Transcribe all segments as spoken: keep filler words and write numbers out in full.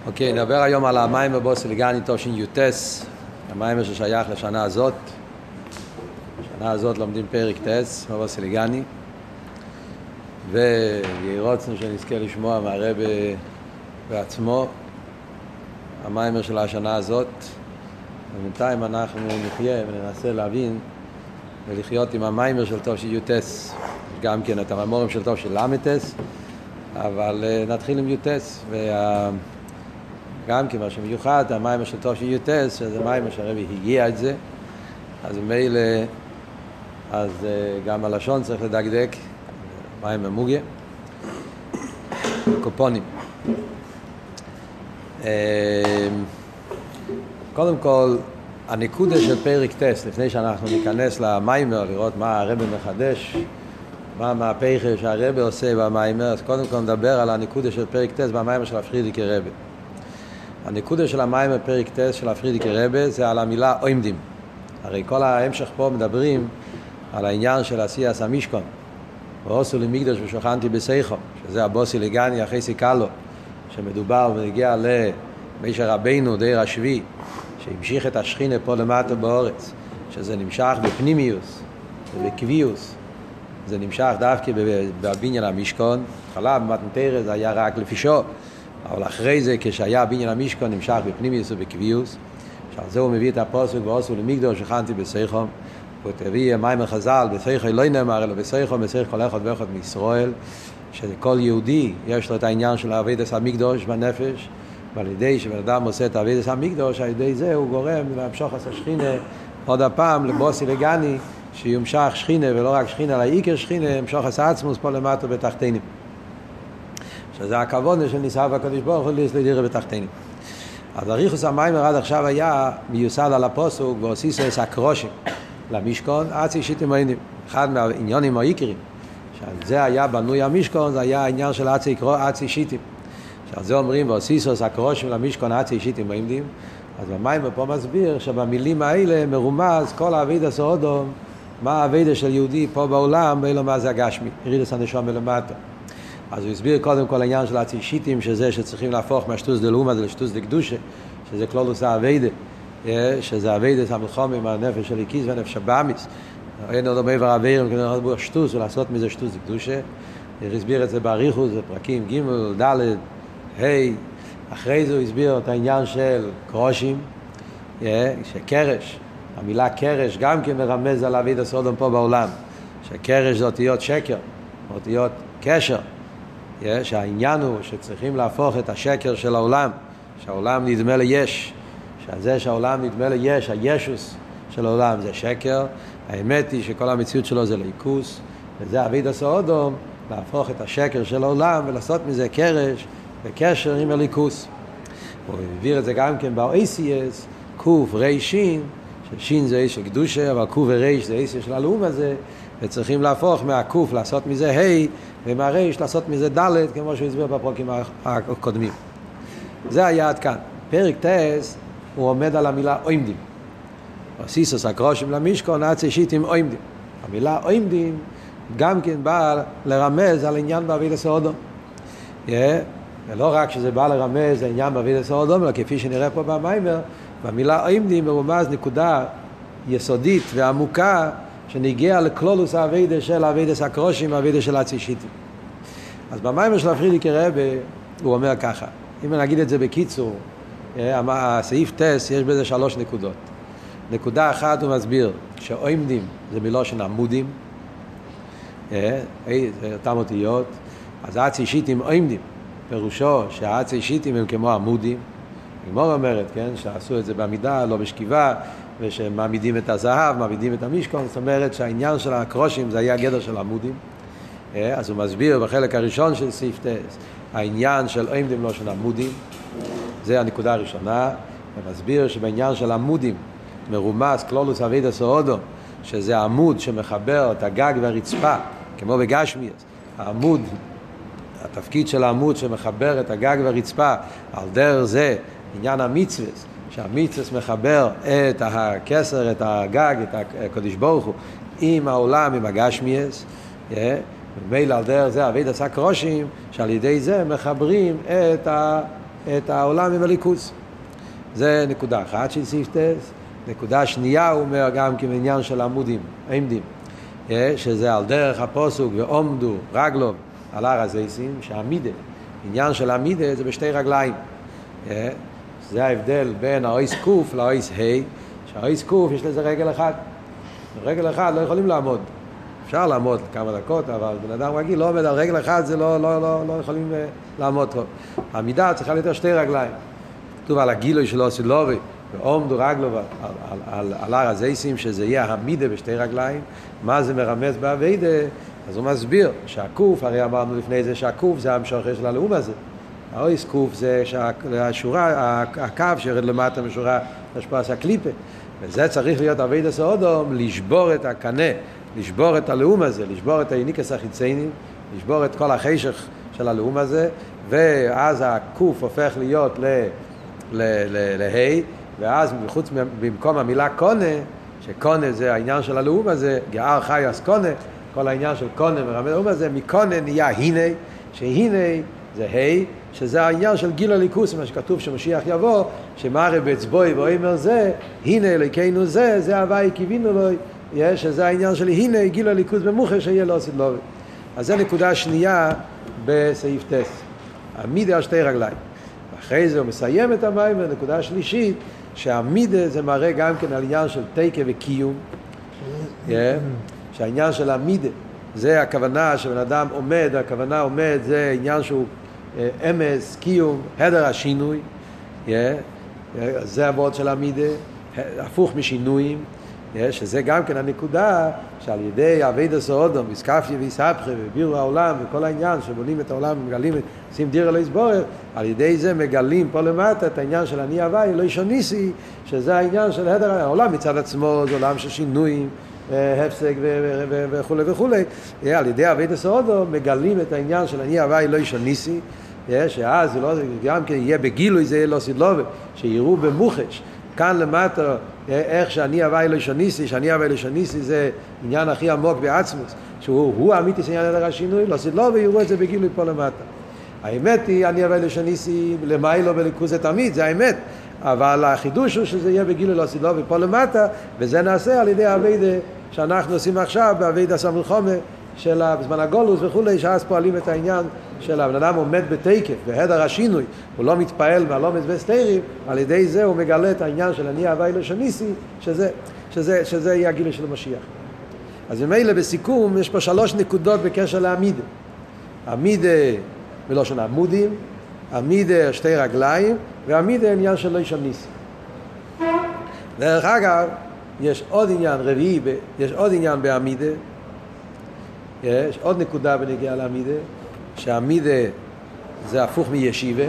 אוקיי, נדבר היום על המיימר בוסילגני תושין יוטס, המיימר ששייך לשנה הזאת. שנה הזאת לומדים פרק טס בבוסילגני, וירוצנו שנזכה לשמוע מהרב בעצמו המיימר של השנה הזאת. ובינתיים אנחנו נחיה וננסה להבין ולחיות עם המיימר של תושין יוטס, גם כן את המיימורים של תושין למטס, אבל נתחיל עם יוטס. וה... גם כי מה שמיוחד, המיימר של תושין יוטס, שזה מיימר שהרבי הגיע את זה, אז מילא, אז גם הלשון צריך לדקדק, מיימר מוגיה, קופונים. קודם כל, הנקודה של פרק טס, לפני שאנחנו ניכנס למיימר, לראות מה הרבי מחדש, מה המהפכה שהרבי עושה במיימר, אז קודם כל נדבר על הנקודה של פרק טס במיימר של הפרידיקי רבי. הנקודה של המיימר פרק טס של הפרידיקי רבי זה על המילה עומדים. הרי כל ההמשך פה מדברים על העניין של עשיית המשכן. ועשו לי מקדש ושוכנתי בסייחו, שזה הבוסילגני אחרי סיקלו, שמדובר ונגיע למשה רבינו דיר השביעי, שהמשיך את השכינה פה למטה באורץ, שזה נמשך בפנימיוס ובקביוס. זה נמשך דווקא בבניין המשכן. התחלה במתנתרא זה היה רק לפישו, אבל אחרי זה כשהיה בניין המשכן נמשך בפנימיוס ובקביוס. שעל זה הוא מביא את הפסוק ועשו למקדש ושוכנתי בסייחו, ותביא מיימר חז"ל בסייחו לא נאמר אלא בסייחו בסייחו כל אחד ואחד מישראל, שכל יהודי יש לו את העניין של עבודת המקדש בנפש, ועל ידי שבן אדם עושה את עבודת המקדש, על ידי זה הוא גורם להמשוך את השכינה עוד הפעם לבוסילגני, שימשך שכינה, ולא רק שכינה אלא עיקר שכינה, המשוך את עצמוס פה למטה בתחתינים, שזה הכוונה של ניסה והקדוש ברוך הוא להסלידיר בתחתינים. אז אריכוס המיימר עד עכשיו היה מיוסד על הפסוק ועושיסו את הקרושים למשכן עצי שיטים עינים. אחד מהעניונים העיקריים שעל זה היה בנוי המשכן, זה היה העניין של עצי, עצי שיטים. שעל זה אומרים ועושיסו את הקרושים למשכן עצי שיטים עינים. אז המיימר פה מסביר שבמילים האלה מרומז כל העבודה סעודום, מה העבודה של יהודי פה בעולם, ואילו מה זה הגשמי, ירידס הנשום מלמטה. אז הוא הסביר קודם כל העניין של עצי שיטים, שזה שצריכים להפוך מהשטוס דלאומה לשטוס דקדושה, שזה כלולוס העבודה, שזה העבודה המלחמה עם הנפש של איקיס והנפש הבאמיס. אין עוד מעבר העבירים כדי לעשות בו שטוס ולעשות מזה שטוס דקדושה. הוא הסביר את זה באריכות, זה פרקים ג' ד' ה'. אחרי זה הוא הסביר את העניין של קרושים, שקרש, המילה קרש גם כן מרמז על עבודת סודום פה בעולם, שקרש זה אותיות שקר, אותיות קשר, שהעניין הוא שצריכים להפוך את השקר של העולם, שהעולם נדמה ליש, שזה שהעולם נדמה ליש, הישוס של העולם זה שקר, האמת היא שכל המציאות שלו זה ליכוס, וזה עבודת סודום, להפוך את השקר של העולם ולעשות מזה קרש וקשר עם הליכוס. הוא העביר את זה גם כן ב-איי סי אס, קוף רי שין, ששין זה איש של קדושה, אבל קוף וריש זה איש של הלאום הזה, וצריכים להפוך מהקוף לעשות מזה ה' ומהריש לעשות מזה ד', כמו שהוא הסביר בפרקים הקודמים. זה היה עד כאן. פרק טס הוא עומד על המילה עומדים. עשיסוס הקרושים למשכן עצי שיטים עומדים. המילה עומדים גם כן באה לרמז על עניין בעבודת סעודום. ולא רק שזה בא לרמז העניין בעבודת סעודום, אלא כפי שנראה פה במיימר, במילה עומדים מרומז נקודה יסודית ועמוקה שנגיע לכלולוס העבודה של עבודת הקרושים, העבודה של עצי שיטים. אז במיימר של הפרידיקי רבי הוא אומר ככה, אם נגיד את זה בקיצור, הסעיף טס יש בזה שלוש נקודות. נקודה אחת הוא מסביר שעומדים זה מלושן עמודים, זה אותם אותיות, אז עצי שיטים עומדים, פירושו שהעצי שיטים הם כמו עמודים. הגמרא אומרת, כן, שעשו את זה בעמידה, לא בשכיבה, ושמעמידים את הזהב, מעמידים את המשכן, זאת אומרת שהעניין של הקרושים זה היה גדר של עמודים. אז הוא מסביר בחלק הראשון של סעיף טס, העניין של עומדים לא של עמודים, זה הנקודה הראשונה, ומסביר שבעניין של עמודים מרומז כלולוס עבודת סעודום, שזה עמוד שמחבר את הגג והרצפה, כמו בגשמיאס, העמוד, התפקיד של העמוד שמחבר את הגג והרצפה, על דרך זה עניין המצווס, שהמצווס מחבר את הכסר, את הגג, את הקדוש ברוך הוא, עם העולם, עם הגשמיאס, ומילא על דרך זה עבודת הקרושים, שעל ידי זה מחברים את את העולם עם הליכוס. זה נקודה אחת של סייפטס. נקודה שנייה הוא אומר גם כעניין של עמודים, עמדים, שזה על דרך הפוסוק ועומדו רגלוב על הר הזיסים, שהעמידה, עניין של עמידה זה בשתי רגליים. זה ההבדל בין האויס קוף לאויס ה', שהאויס קוף יש לזה רגל אחד. רגל אחד לא יכולים לעמוד. אפשר לעמוד כמה דקות, אבל בן אדם רגיל לא עומד על רגל אחד, זה לא, לא, לא, לא יכולים לעמוד טוב. העמידה צריכה להיות שתי רגליים. כתוב על הגילוי שלו סילובי, ועומדו רגלו על, על, על, על הר הזיסים, שזה יהיה העמידה בשתי רגליים. מה זה מרמז בעבידה? אז הוא מסביר שהקוף, הרי אמרנו לפני זה שהקוף זה המשוחר של הלאום הזה. האויס קוף זה שהשורה, הקו שירד למטה משורה השפעה של הקליפה. וזה צריך להיות עבידה סעודום, לשבור את הקנה, לשבור את הלאום הזה, לשבור את העיניקס החיציינים, לשבור את כל החשך של הלאום הזה, ואז הקוף הופך להיות להי, ואז מחוץ, במקום המילה קונה, שקונה זה העניין של הלאום הזה, גאר חי אז קונה, כל העניין של קונה מרמז הלאום הזה, מקונה נהיה הנה, שהנה זה הי, שזה העניין של גיל הליכוס, מה שכתוב שמשיח יבוא, שמראה באצבוי ואומר זה, הנה אלוקינו זה, זה הוואי קיווינו לו, שזה העניין של הנה גיל הליכוס במוחש שיהיה לא עשית לו. אז זה נקודה שנייה בסעיף טס, עמידה על שתי רגליים. אחרי זה הוא מסיים את המים, ונקודה שלישית, שהעמידה זה מראה גם כן על עניין של תקה וקיום, שהעניין של העמידה זה הכוונה שבן אדם עומד, הכוונה עומד זה עניין שהוא אמס, קיום, הדר השינוי, זה העבוד של העמידה, הפוך משינויים, שזה גם כן הנקודה שעל ידי עבודת סעודום, ויסקפיה ויסהפכה ובירו העולם וכל העניין שבונים את העולם ומגלים, עושים דיר אלוהי יסבורך, על ידי זה מגלים פה למטה את העניין של אני הוואי, לא ישוניסי, שזה העניין של הדר העולם מצד עצמו, זה עולם של שינויים, הפסק וכו' וכו'. על ידי עבודת סעודום מגלים את העניין של אני הוואי, לא ישוניסי, שאז גם כן יהיה בגילוי, זה יהיה לא סדלובה, שיראו במוחש. כאן למטה, איך שאני הוואי לא שניסי, שאני הוואי לא שניסי זה עניין הכי עמוק בעצמוס, שהוא האמיתי עניין הדר השינוי, לא סדלובה, יראו את זה בגילוי פה למטה. האמת היא, אני הוואי לא שניסי, למיילו בליכוז זה תמיד, זה האמת. אבל החידוש הוא שזה יהיה בגילוי לא סדלובה פה למטה, וזה נעשה על ידי העבודה שאנחנו עושים עכשיו, בעבודה סמלחומה, של בזמן הגולוס וכולי, שאז פועלים את העניין של הבן אדם עומד בתקף, בהדר השינוי, הוא לא מתפעל מהלומס וסתירים, על ידי זה הוא מגלה את העניין של אני הוואי לא שניסי, שזה, שזה, שזה יהיה הגילוי של המשיח. אז ממילא בסיכום יש פה שלוש נקודות בקשר לעמידה. עמידה בלושן עמודים, עמידה שתי רגליים, ועמידה עניין של לא שניסי. דרך אגב, יש עוד עניין רביעי, יש עוד עניין בעמידה, יש עוד נקודה בנגיעה לעמידה, שהעמידה זה הפוך מישיבה,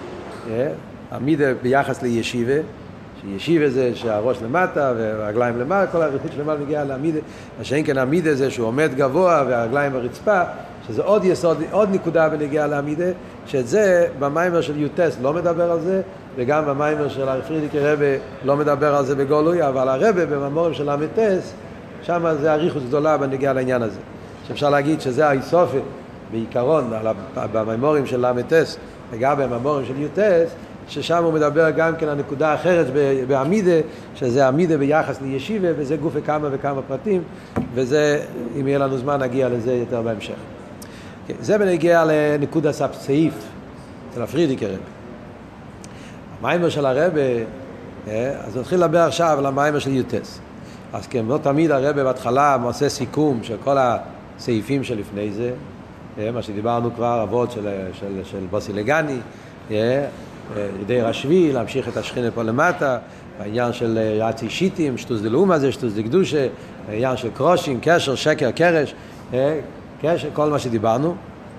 עמידה ביחס לישיבה, שישיבה זה שהראש למטה והרגליים למטה, כל הריחות שלמטה מגיעה לעמידה, השאין כן עמידה זה שהוא עומד גבוה והרגליים ברצפה, שזה עוד יסוד, עוד נקודה בנגיעה לעמידה, שאת זה במיימר של יוטס לא מדבר על זה, וגם במיימר של פרידיקי רבי לא מדבר על זה בגולוי, אבל הרבי במאמרים של למטס, שם זה אריכות גדולה בנגיעה לעניין הזה. שאפשר להגיד שזה האיסופי בעיקרון במאמרים של למטס וגם במאמרים של יוטס, ששם הוא מדבר גם כן על נקודה אחרת בעמידה, שזה עמידה ביחס לישיבה, וזה גוף וכמה וכמה פרטים, וזה, אם יהיה לנו זמן, נגיע לזה יותר בהמשך. זה בנגיע לנקודה סעיף של הפרידיקי רבי. המיימר של הרבי, אז נתחיל לדבר עכשיו על המיימר של יוטס. אז כמו תמיד הרבי בהתחלה עושה סיכום של כל הסעיפים שלפני זה, מה שדיברנו כבר, אבות של, של, של בוסי לגני, ידי רשבי, להמשיך את השכינה פה למטה, העניין של רצי שיטים, שטוס דלאום הזה, שטוס דקדושה, העניין של קרושים, קשר, שקר, קרש, קשר, כל מה שדיברנו.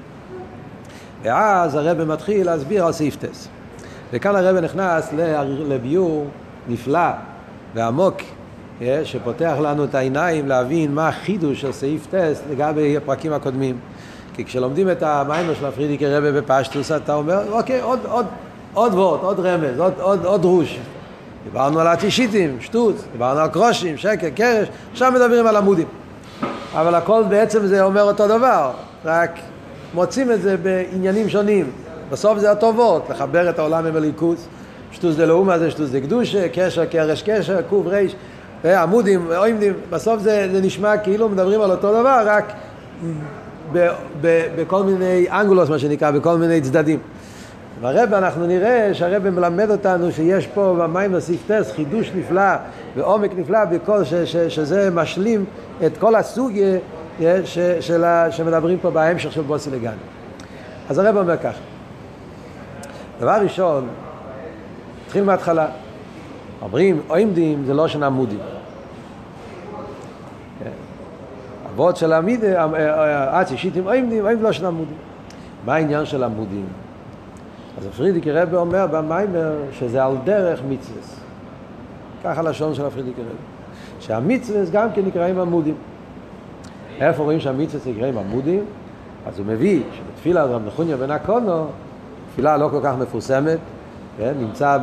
ואז הרבי מתחיל להסביר על סעיף טס. וכאן הרבי נכנס לביור נפלא ועמוק, שפותח לנו את העיניים להבין מה החידוש של סעיף טס לגבי הפרקים הקודמים. כי כשלומדים את המיימר של הפרידיקי רבי בפשטוס, אתה אומר, אוקיי, עוד, עוד, עוד וורט, עוד רמז, עוד, עוד, עוד דרוש. דיברנו על התשיטים, שטות, דיברנו על קרושים, שקר, קרש, עכשיו מדברים על עמודים. אבל הכל בעצם זה אומר אותו דבר, רק מוצאים את זה בעניינים שונים. בסוף זה הטובות, לחבר את העולם עם הליכוס, שטוס דה לאומה זה שטוס דה קדושה, קשר, קרש, קשר, קוב, ריש, עמודים, עומדים, בסוף זה, זה נשמע כאילו מדברים על אותו דבר, רק ב, ב, בכל מיני אנגולוס, מה שנקרא, בכל מיני צדדים. והרב אנחנו נראה שהרב מלמד אותנו שיש פה במים וסיפטס חידוש נפלא ועומק נפלא בכל ש, ש, שזה משלים את כל הסוגיה ש, של, שמדברים פה בהמשך של בוסי לגן. אז הרב אומר כך, דבר ראשון, התחיל מההתחלה, אומרים עומדים זה לא שנה עמודים, אבות של עמידים, עד שישיתים עומדים, עומדים לא שנה עמודים. מה העניין של עמודים? אז הפרידיקי רבי אומר במיימר שזה על דרך מצווה. ככה לשון של הפרידיקי רבי. שהמצווה גם כן נקראים עמודים. איפה רואים שהמצווה נקראים עמודים? אז הוא מביא שבתפילה רב נחוניה בן הקונו, תפילה לא כל כך מפורסמת, נמצא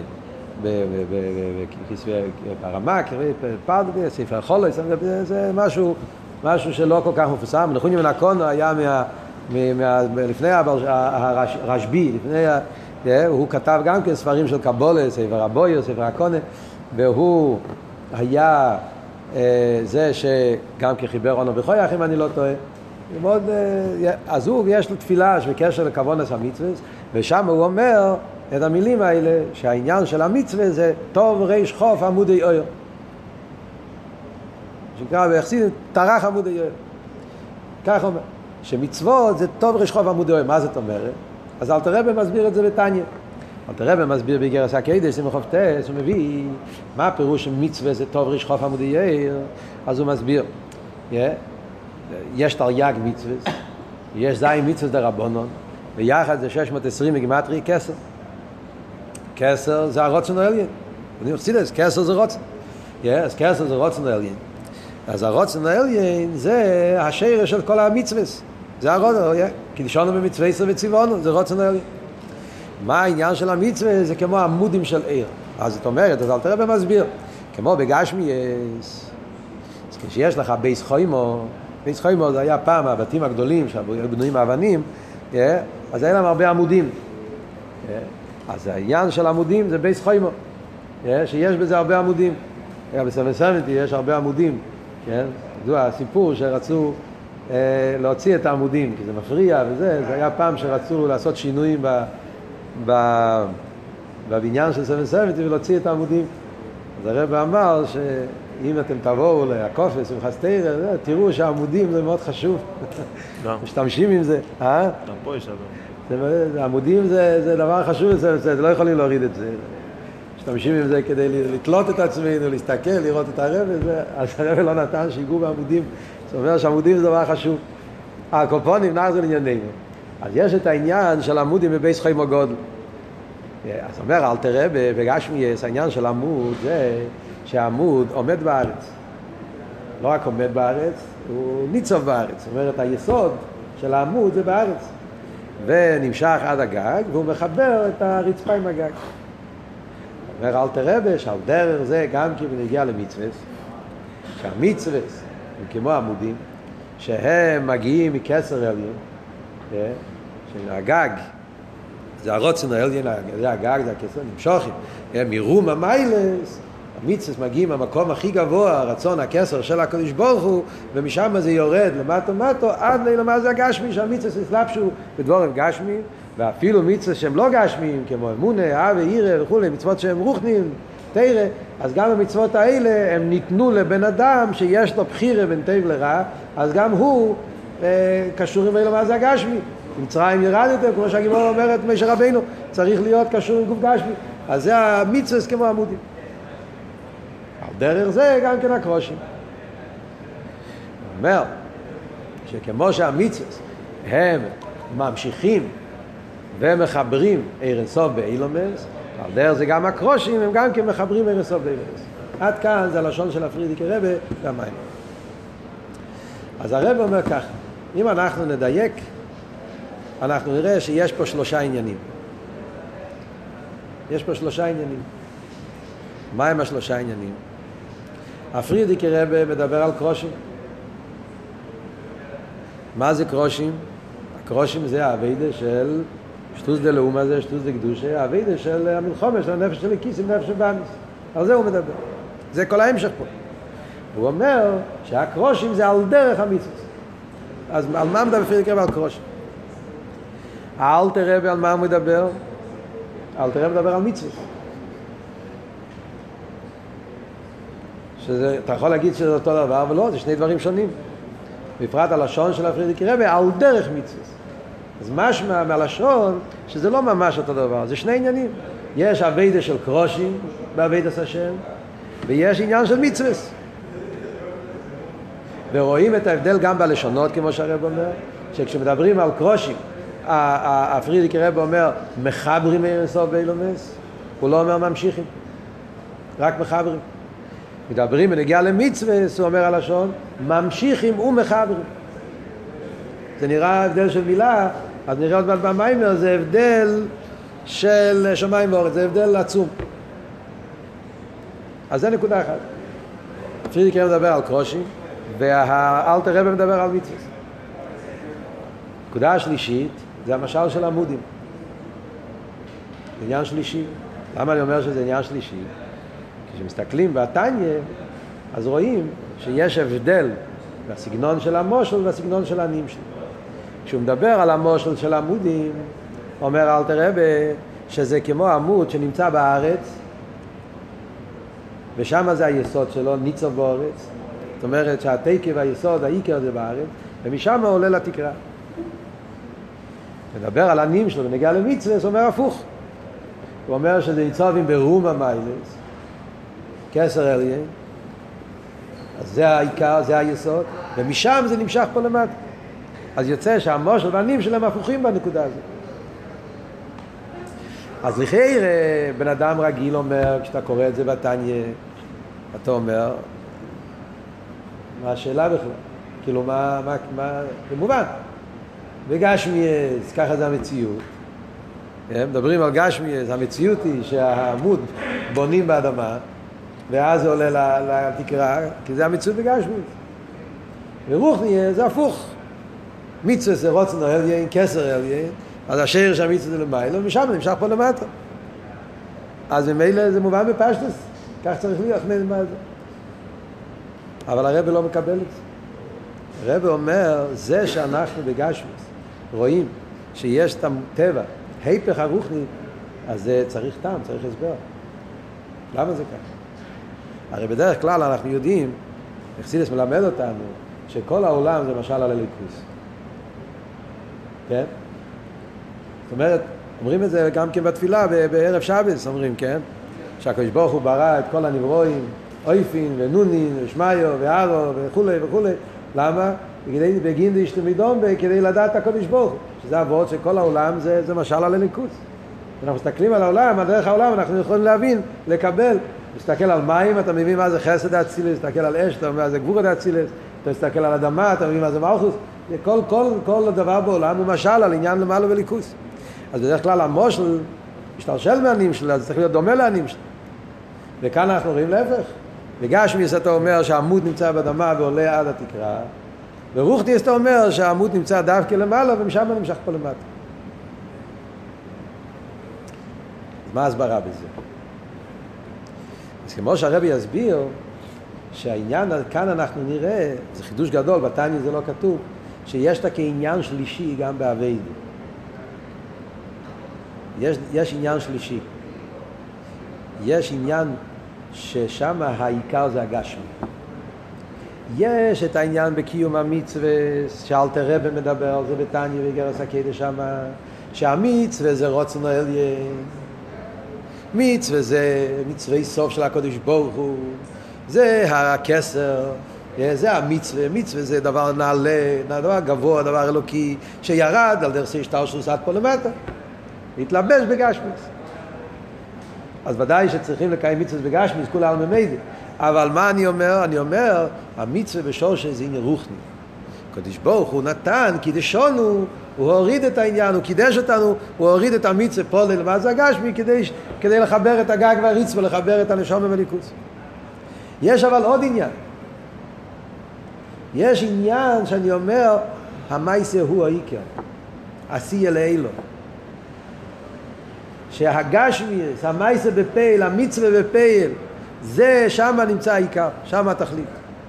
ברמה, פרדבי, ספר חולו, זה משהו, משהו שלא כל כך מפורסם. נחוניה בן הקונו היה מה... לפני הרשב"י, לפני, הוא כתב גם כן ספרים של קבולה, ספר הבויו, ספר הקונה, והוא היה זה שגם כחיבר עונו בכויח, אם אני לא טועה. אז הוא, יש לו תפילה בקשר לכוונס המצווה, ושם הוא אומר את המילים האלה, שהעניין של המצווה זה טוב ריש חוף עמודי אויר. שקרא ביחסידות, טרח עמודי אויר. כך אומר. שמצוות זה טוב ריש חוף עמודי אויר. מה זאת אומרת? אז אלתר רבי מסביר את זה בתניא. אלתר רבי מסביר באיגרס הקודש, סימן חופטס, הוא מביא מה הפירוש שמצווה זה טוב ריש חוף עמודי אויר. אז הוא מסביר. יש תרי"ג מצווה, יש זין מצווה דרבנן, ויחד זה שש מאות ועשרים בגימטריה כסר. כסר זה הרוצן העליון. אני חסידות, כסר זה רוצן. אז כסר זה רוצן העליון. אז הרוצן העליון זה השרש של כל המצווה. זה הרוצן, כלשונו במצווה עשר וציוונו, זה רוצן העליון. מה העניין של המצווה? זה כמו עמודים של עיר. אז זאת אומרת, אז אלתר רבי מסביר, כמו בגשמיאס, אז כשיש לך בייס חוימו, בייס חוימו זה היה פעם הבתים הגדולים שהיו בנויים מאבנים, אז היה להם הרבה עמודים. אז העניין של עמודים זה בייס חוימו, שיש בזה הרבה עמודים. ב-שבע שבעים יש הרבה עמודים, זה הסיפור שרצו להוציא את העמודים, כי זה מפריע וזה, זה היה פעם שרצו לעשות שינויים בבניין של שבע שבעים ולהוציא את העמודים. אז הרב אמר שאם אתם תבואו להקופס ומחסתר, תראו שהעמודים זה מאוד חשוב. משתמשים עם זה. גם פה יש הרבה. העמודים זה דבר חשוב, זה לא יכולים להוריד את זה. משתמשים עם זה כדי לתלות את עצמנו, להסתכל, לראות את הרב, אז הרב לא נתן שיגעו בעמודים. זאת אומרת שהעמודים זה דבר חשוב. הקופונים נחזור לענייננו. אז יש את העניין של עמודים בבייס חוימו גודל. אז אומר אלתר רבי בגשמיאס, העניין של עמוד זה שהעמוד עומד בארץ. לא רק עומד בארץ, הוא ניצוב בארץ. זאת אומרת, היסוד של העמוד זה בארץ. ונמשך עד הגג, והוא מחבר את הרצפה עם הגג. אומר אלתר רבי שעל דרך זה גם כי בנגיע למצווה, שהמצווה הם כמו עמודים, שהם מגיעים מכסר עליון, שהגג, זה הרוצן העליון, זה הגג, זה הכסר, נמשוכים, מרום המיילס, המצווה מגיעים מהמקום הכי גבוה, הרצון, הכסר של הקדוש ברוך הוא, ומשם זה יורד למטו מטו, עד למה זה הגשמי, שהמצווה יסלבשו בדבורים גשמיים, ואפילו מצווה שהם לא גשמיים, כמו אמונה, אהבה, יראה וכו', מצוות שהם רוחניים, תרא, אז גם המצוות האלה הם ניתנו לבן אדם שיש לו בחירה בין טוב לרע, אז גם הוא אה, קשור עם מה זה הגשמי. מצרים ירדתם, כמו שהגימור אומרת, משה רבינו, צריך להיות קשור עם גוף גשמי. אז זה המצווה כמו עמודים. על דרך זה גם כן הקרושים. הוא אומר שכמו שהמצווה הם ממשיכים ומחברים עיר אינסוף באילומס, על דרך זה גם הקרושים, הם גם כן מחברים עיר אינסוף באילומס. עד כאן זה הלשון של הפרידיקי רבי והמים. אז הרב אומר כך, אם אנחנו נדייק, אנחנו נראה שיש פה שלושה עניינים. יש פה שלושה עניינים. מה הם השלושה עניינים? הפרידיקי רבי מדבר על קרושים. מה זה קרושים? הקרושים זה העבודה של שטוס דה לאומה זה שטוס דה קדושה, הווידה של המלחומה, של הנפש של הכיס עם נפש של באמיס. על זה הוא מדבר. זה כל ההמשך פה. הוא אומר שהקרושים זה על דרך המצווה. אז על מה מדבר פרידיק רבי על קרושים? האלטר רבי על מה הוא מדבר? האלטר רבי מדבר על מצווה. שזה, אתה יכול להגיד שזה אותו דבר, אבל לא, זה שני דברים שונים. בפרט הלשון של הפרידיק רבי על דרך מצווה. אז משמע מהלשון שזה לא ממש אותו דבר, זה שני עניינים. יש הווידה של קרושים בהווידת השם, ויש עניין של מצווה. ורואים את ההבדל גם בלשונות, כמו שהרב אומר, שכשמדברים על קרושים, הפרידיק רבי אומר מחברים אין סוף באילומס, הוא לא אומר ממשיכים, רק מחברים. מדברים ונגיע למצווה, הוא אומר הלשון, ממשיכים ומחברים. זה נראה הבדל של מילה, אז נראה עוד מעט במיימר, זה הבדל של שמיים ואורץ, זה הבדל עצום. אז זה נקודה אחת. פרידיק רבי מדבר על קרושים, והאלטר רבי מדבר על מצווה. נקודה השלישית, זה המשל של עמודים. זה עניין שלישי. למה אני אומר שזה עניין שלישי? כשמסתכלים בתניא, אז רואים שיש הבדל בסגנון של המושל והסגנון של הנמשל. כשהוא מדבר על המושל של עמודים, אומר אלתר רבי שזה כמו עמוד שנמצא בארץ, ושם זה היסוד שלו, ניצוב בארץ. זאת אומרת שהתקף והיסוד, העיקר זה בארץ, ומשם עולה לתקרה. מדבר על הנמשל ונגיע למצווה, זה אומר הפוך. הוא אומר שזה ניצובים ברום המיילס, כסר אליין, אז זה העיקר, זה היסוד, ומשם זה נמשך פה למטה. אז יוצא שהמושל והנמשל הם הפוכים בנקודה הזאת. אז לכאורה בן אדם רגיל אומר, כשאתה קורא את זה בתניא, אתה אומר, מה השאלה בכלל? כאילו מה, מה, מה, זה מובן. בגשמיאס, ככה זה המציאות. מדברים על גשמיאס, המציאות היא שהעמוד בונים באדמה, ואז זה עולה לתקרה, כי זה המציאות בגשמיאס. ורוחניה זה הפוך. מצווה זה רוצן אליין, כסר אליין, אז השיר שהמצווה זה למעלה, ומשם נמשך פה למטה. אז ממילא זה מובן בפשטוס, כך צריך להיות מה זה. אבל הרב לא מקבל את זה. הרב אומר, זה שאנחנו בגשמיאס רואים שיש את הטבע, היפך הרוחני, אז זה צריך טעם, צריך הסבר. למה זה ככה? הרי בדרך כלל אנחנו יודעים, חסידות מלמד אותנו, שכל העולם זה משל על הליכוז. כן? זאת אומרת, אומרים את זה גם כן בתפילה, בערב שבת, אומרים, כן? שהקדוש ברוך הוא ברא את כל הנברואים, אויפין ונונין ושמיו וארו וכו' וכו'. למה? כדי בגין דשתמידום, כדי לדעת הקדוש ברוך הוא. שזה עבוד שכל העולם זה, זה משל על הליכוז. אנחנו מסתכלים על העולם, על דרך העולם, אנחנו יכולים להבין, לקבל. מסתכל על מים, אתה מבין מה זה חסד האצילס, מסתכל על אש, אתה מבין מה זה גבורת האצילס, אתה מסתכל על אדמה, אתה מבין מה זה מלכות. כל, כל, כל דבר בעולם הוא משל על עניין למעלה וליכוז. אז בדרך כלל המושל משתלשל מהנמשל, אז צריך להיות דומה להנמשל. וכאן אנחנו רואים להפך. בגשמיאס אתה אומר שהעמוד נמצא באדמה ועולה עד התקרה, ברוחניאס אתה אומר שהעמוד נמצא דווקא למעלה ומשם נמשך פה למטה. אז מה הסברה בזה? אז כמו שהרבי יסביר שהעניין כאן אנחנו נראה, זה חידוש גדול, בתניא זה לא כתוב, שיש לה כעניין שלישי גם בעבודה. יש, יש עניין שלישי. יש עניין ששם העיקר זה הגשמי. יש את העניין בקיום המצווה, שאלתר רבי מדבר על זה בתניא ואיגרס הקדש שם, שהמצווה זה רוצן עליין. מצווה זה מצווה סוף של הקדוש ברוך הוא, זה הכסר, זה המצווה. מצווה זה דבר נעלה, דבר גבוה, דבר אלוקי, שירד על דרך השתלשלות עד פה למטה, להתלבש בגשמיס. אז ודאי שצריכים לקיים מצווה בגשמיס, כולה על ממדי. אבל מה אני אומר? אני אומר, המצווה בשורש זה עניין רוחני. הקדוש ברוך הוא נתן, קידשנו, הוא הוריד את העניין, הוא קידש אותנו, הוא הוריד את המצווה פה ללמד זה הגשמי, כדי, כדי לחבר את הגג והריץ ולחבר את הנשמה והליכוז. יש אבל עוד עניין. יש עניין שאני אומר, המעשה הוא העיקר, עשייה לאלו. שהגשמיס, המייסה בפייל, המצווה בפייל, זה שם נמצא העיקר, שם התכלית.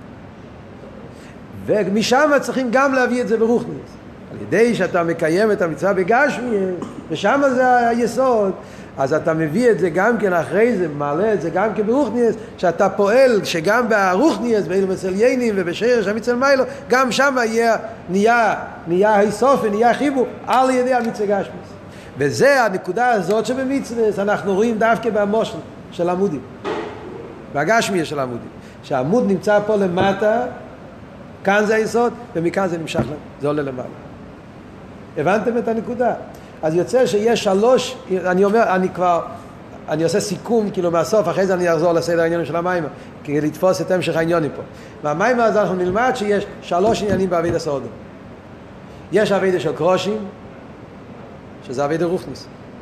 ומשם צריכים גם להביא את זה ברוחניס. על ידי שאתה מקיים את המצווה בגשמיס, ושם זה היסוד, אז אתה מביא את זה גם כן אחרי זה, מעלה את זה גם כן ברוחניס, שאתה פועל שגם ברוחניס, באילו מסליינים ובשרש המצווה מיילו, גם שם יהיה, נהיה, נהיה היסוף ונהיה חיבור על ידי המצווה גשמיס. וזה הנקודה הזאת שבמצווה אנחנו רואים דווקא במושל של עמודים, בגשמי של עמודים, שהעמוד נמצא פה למטה, כאן זה היסוד, ומכאן זה נמשך, זה עולה למעלה. הבנתם את הנקודה? אז יוצא שיש שלוש, אני אומר, אני כבר, אני עושה סיכום כאילו מהסוף, אחרי זה אני אחזור לסדר העניינים של המים, כדי לתפוס את המשך העניינים פה. מהמים הזה אנחנו נלמד שיש שלוש עניינים בעבודה סעודה. יש עבודה של קרושים, שזה עבודה רוחניס.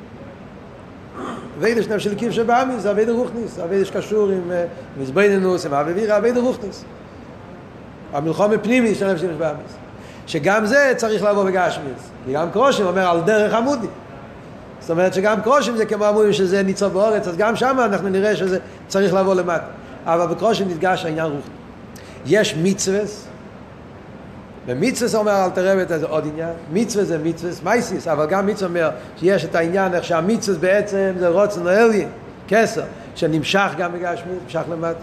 עבודה של נפש אלוקים שבאמיס, זה עבודה רוחניס, עבודה שקשור עם מזבנינוס, עם עבודה, עבודה רוחניס. המלחמה פנימי של נפש אלוקים שבאמיס. שגם זה צריך לבוא בגשמיס. כי גם קרושים אומר על דרך עמודי. זאת אומרת שגם קרושים זה כמו עמודים שזה ניצוב באורץ, אז גם שם אנחנו נראה שזה צריך לבוא למטה. אבל בקרושים נתגש העניין רוחני. יש מצווס, ומצווס אומר אל תראה את זה עוד עניין, מצווס זה מצווס מייסיס, אבל גם מצווס אומר שיש את העניין איך שהמצווס בעצם זה רוצן אלי, כסר, שנמשך גם בגשמיס, נמשך למטה.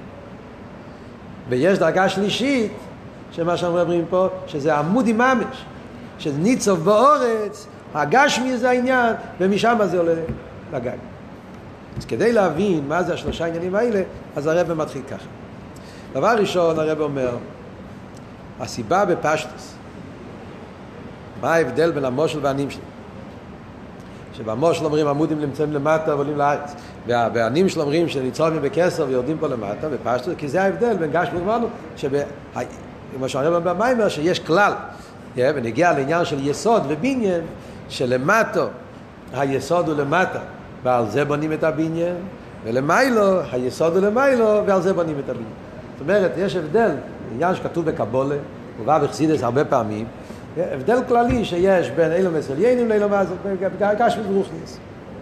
ויש דרגה שלישית, שמה שאנחנו מדברים פה, שזה עמודי ממש, שזה ניצוב באורץ, הגשמי זה העניין, ומשם זה עולה לגג. אז כדי להבין מה זה השלושה עניינים האלה, אז הרב מתחיל ככה. דבר ראשון, הרב אומר, הסיבה בפשטוס, מה ההבדל בין המושל והנים שלו? שבמושל אומרים עמודים נמצאים למטה ועולים לארץ, והנים שלו אומרים שניצובים בכסר ויורדים פה למטה, בפשטוס, כי זה ההבדל בין גשמי ואמרנו, שבה... כמו שהרב אומר במיימר, שיש כלל, ונגיע לעניין של יסוד ובניין, שלמטו היסוד הוא למטה, ועל זה בונים את הבניין, ולמיילו היסוד הוא למיילו, ועל זה בונים את הבניין. זאת אומרת, יש הבדל, עניין שכתוב בקבולה, ובא בחסידות הרבה פעמים, הבדל כללי שיש בין אילו מסליינים לאילו גשמי ורוחניס.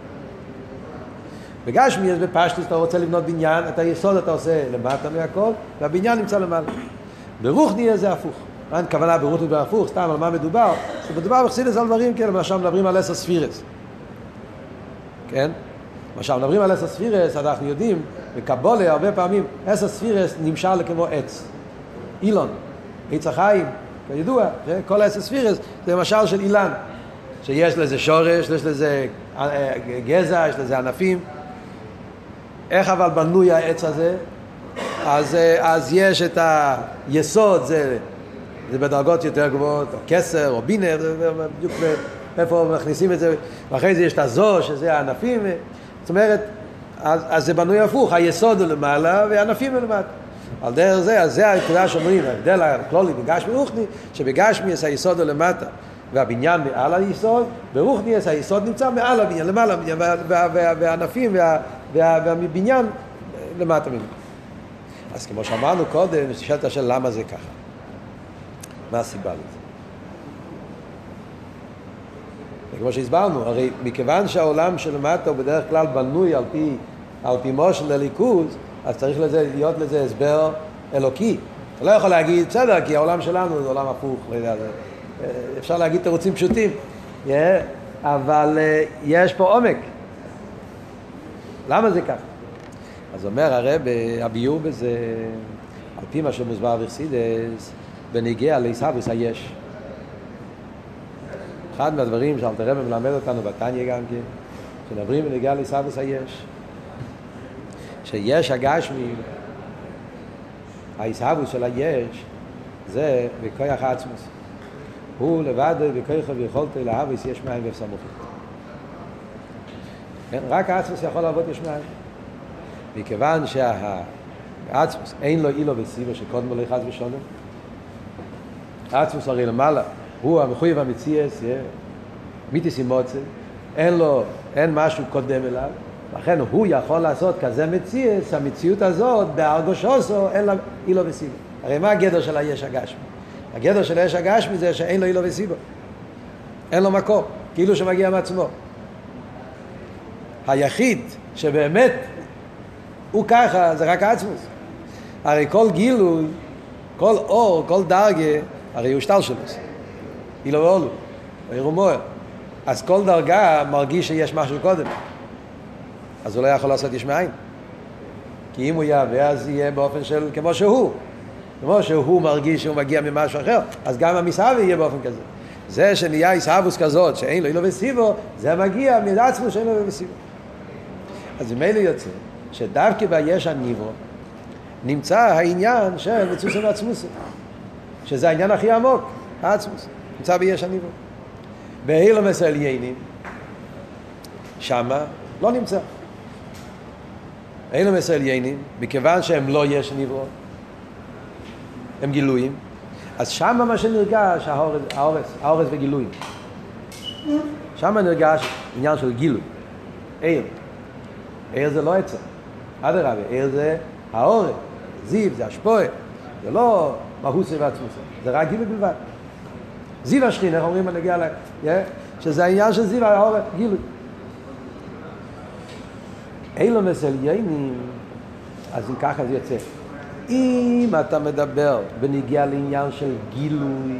בגשמי יש בפשטוס, אתה רוצה לבנות בניין, את היסוד אתה עושה למטה מהכל, והבניין נמצא למעלה. ברוחני זה הפוך. אין כוונה ברוחני בהפוך, סתם על מה מדובר? מדובר בחסידות על דברים כאלה, למשל מדברים על עשר ספירס. כן? למשל מדברים על עשר ספירס, אנחנו יודעים, בקבולה הרבה פעמים, עשר ספירס נמשל כמו עץ. אילון, עץ החיים, כידוע, כל עשר ספירס זה משל של אילן, שיש לזה שורש, יש לזה גזע, יש לזה ענפים. איך אבל בנוי העץ הזה? אז, אז יש את היסוד, זה, זה בדרגות יותר גבוהות, או כסר, או בינר, בדיוק איפה מכניסים את זה, ואחרי זה יש את הזו, שזה הענפים, זאת אומרת, אז, אז זה בנוי הפוך, היסוד הוא למעלה, והענפים הוא למטה. על דרך זה, אז זה הנקודה שאומרים, ההבדל הכלולי בגשמי רוחני, שבגשמי יש היסוד הוא למטה, והבניין מעל היסוד, ברוחני יש היסוד נמצא מעל הבניין, למעלה הבניין, והענפים והבניין למטה ממנו. אז כמו שאמרנו קודם, נשאלת השאלה למה זה ככה? מה הסיבה לזה? וכמו שהסברנו, הרי מכיוון שהעולם שלמטה הוא בדרך כלל בנוי על פי, על פי מושל לליכוז, אז צריך לזה, להיות לזה הסבר אלוקי. אתה לא יכול להגיד, בסדר, כי העולם שלנו זה עולם הפוך, לא יודע, זה, אפשר להגיד תירוצים פשוטים, yeah, אבל uh, יש פה עומק. למה זה ככה? אז אומר הרב, הביור בזה, על פי מה שמוסבר בחסידות, בנגיע לעיסאוויס היש. אחד מהדברים שאלתר רבי מלמד אותנו בתניא גם כן, כשמדברים בנגיע לעיסאוויס היש. שיש הגשמי, העיסאוויס של היש, זה בכוח עצמוס. הוא לבד בכוח ויכולת להאביס יש מים וסמוכים. רק העצמוס יכול לעבוד יש מים. מכיוון שהעצמוס אין לו אילו וסיבו שקודם לו חס ושלום, העצמוס הרי למעלה, הוא המחויב המציאס, מיתיס אימוצה, אין לו, אין משהו קודם אליו, לכן הוא יכול לעשות כזה מציאס, המציאות הזאת, בהרגושוסו, אין לה אילו וסיבו. הרי מה הגדר של היש הגשמי? הגדר של היש הגשמי זה שאין לו אילו וסיבו. אין לו מקום, כאילו שמגיע מעצמו. היחיד שבאמת הוא ככה, זה רק עצמוס. הרי כל גילוי, כל אור, כל דרגה, הרי הוא שטל שלו. אילו ואולו, הוא מוער. אז כל דרגה מרגיש שיש משהו קודם. אז הוא לא יכול לעשות יש מאין. כי אם הוא יהווה, אז יהיה באופן של כמו שהוא. כמו שהוא מרגיש שהוא מגיע ממשהו אחר, אז גם המסהבה יהיה באופן כזה. זה שנהיה ישהבוס כזאת, שאין לו אילו וסיבו, זה מגיע מעצמו שאין לו אילו וסיבו. אז ממילא יוצא, שדווקא ביש הניברו, נמצא העניין של מצוסם ועצמוסם. שזה העניין הכי עמוק, העצמוס. נמצא ביש הניברו. באילומס העליינים, שמה לא נמצא. אילומס העליינים, מכיוון שהם לא יש ניברו, הם גילויים, אז שמה מה שנרגש, האורס, האורס, האורס וגילויים. שמה נרגש עניין של גילוי. עיר. עיר זה לא עצר. אדרבה, עיר זה האורס, זיו, זה השפועה. זה לא מהות ועצמוסה. זה רק גילוי בלבד. זיו השכין, איך אומרים, אני אגיע לה, שזה העניין של זיו, האורס, גילוי. אילומס העליינים, אז אם ככה זה יוצא. אם אתה מדבר בנגיע לעניין של גילוי,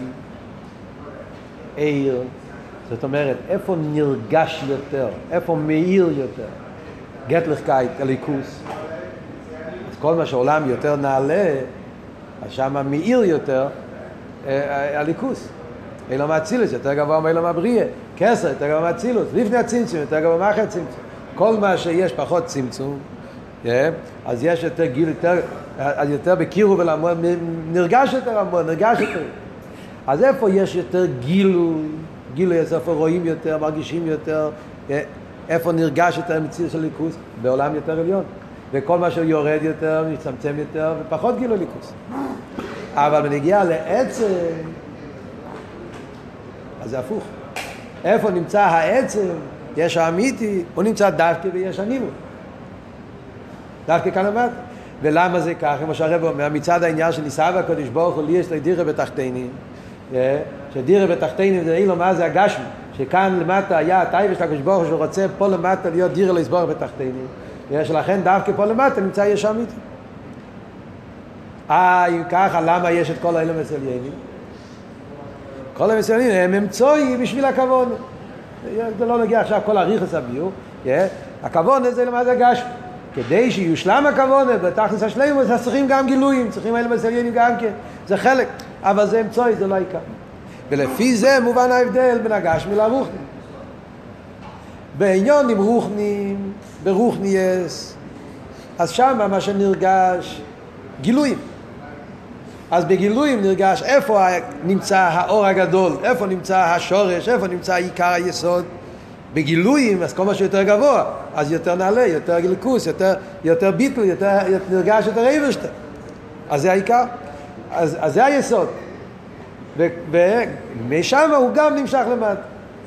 עיר, זאת אומרת, איפה נרגש יותר, איפה מאיר יותר, גטליכקייט, הליכוס. אז כל מה שעולם יותר נעלה, אז שמה מאיר יותר, הליכוס. אילו מהצילוס, יותר גבוה מאילו מהבריאה. כסר, יותר גבוה מהצילוס. לפני הצמצום, יותר גבוה מאחרי הצמצום. כל מה שיש פחות צמצום, אז יש יותר גיל, יותר, אז יותר בקירו ולעמוד, נרגש יותר עמוד, נרגש יותר. אז איפה יש יותר גילוי, גילוי, איפה רואים יותר, מרגישים יותר, איפה נרגש יותר מציאות של ליכוס? בעולם יותר עליון. וכל מה שיורד יותר, מצמצם יותר, ופחות גילוי ליכוס. אבל בנגיע לעצם, אז זה הפוך. איפה נמצא העצם, יש האמיתי, הוא נמצא דווקא ויש הניברו. דווקא כאן למטה. ולמה זה כך? כמו שהרב אומר, מצד העניין שניסה והקדוש ברוך הוא, לי יש לי דירה בתחתינים, שדירה בתחתינים זה אילו מה זה הגשמי, שכאן למטה היה הטייבה של הקדוש ברוך הוא שהוא רוצה פה למטה להיות דירה לסבור בתחתינים, שלכן דווקא פה למטה נמצא יש אמיתי. אה, אם ככה, למה יש את כל האילומס העליינים? כל האילומס העליינים הם אמצעי בשביל הכוון. זה לא נגיע עכשיו כל הריחס הביור, הכוון זה למה זה הגשמי. כדי שיושלם הכוון, בתכלס השלמות, אז צריכים גם גילויים, צריכים האילומס העליינים גם כן, זה חלק, אבל זה אמצעי, זה לא העיקר. ולפי זה מובן ההבדל בין הגשמי לרוחני. בעניון עם רוחנים, ברוחניאס, אז שם מה שנרגש, גילויים. אז בגילויים נרגש איפה נמצא האור הגדול, איפה נמצא השורש, איפה נמצא עיקר היסוד. בגילויים, אז כל מה שיותר גבוה, אז יותר נעלה, יותר גליקוס, יותר, יותר ביטל, יותר, נרגש יותר איברשטר. אז זה העיקר. אז, אז זה היסוד. ומשם הוא גם נמשך למטה.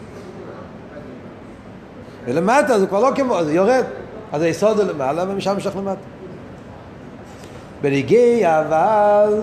ולמטה זה כבר לא כמו, זה יורד. אז היסוד הוא למעלה ומשם נמשך למטה. בנגיע אבל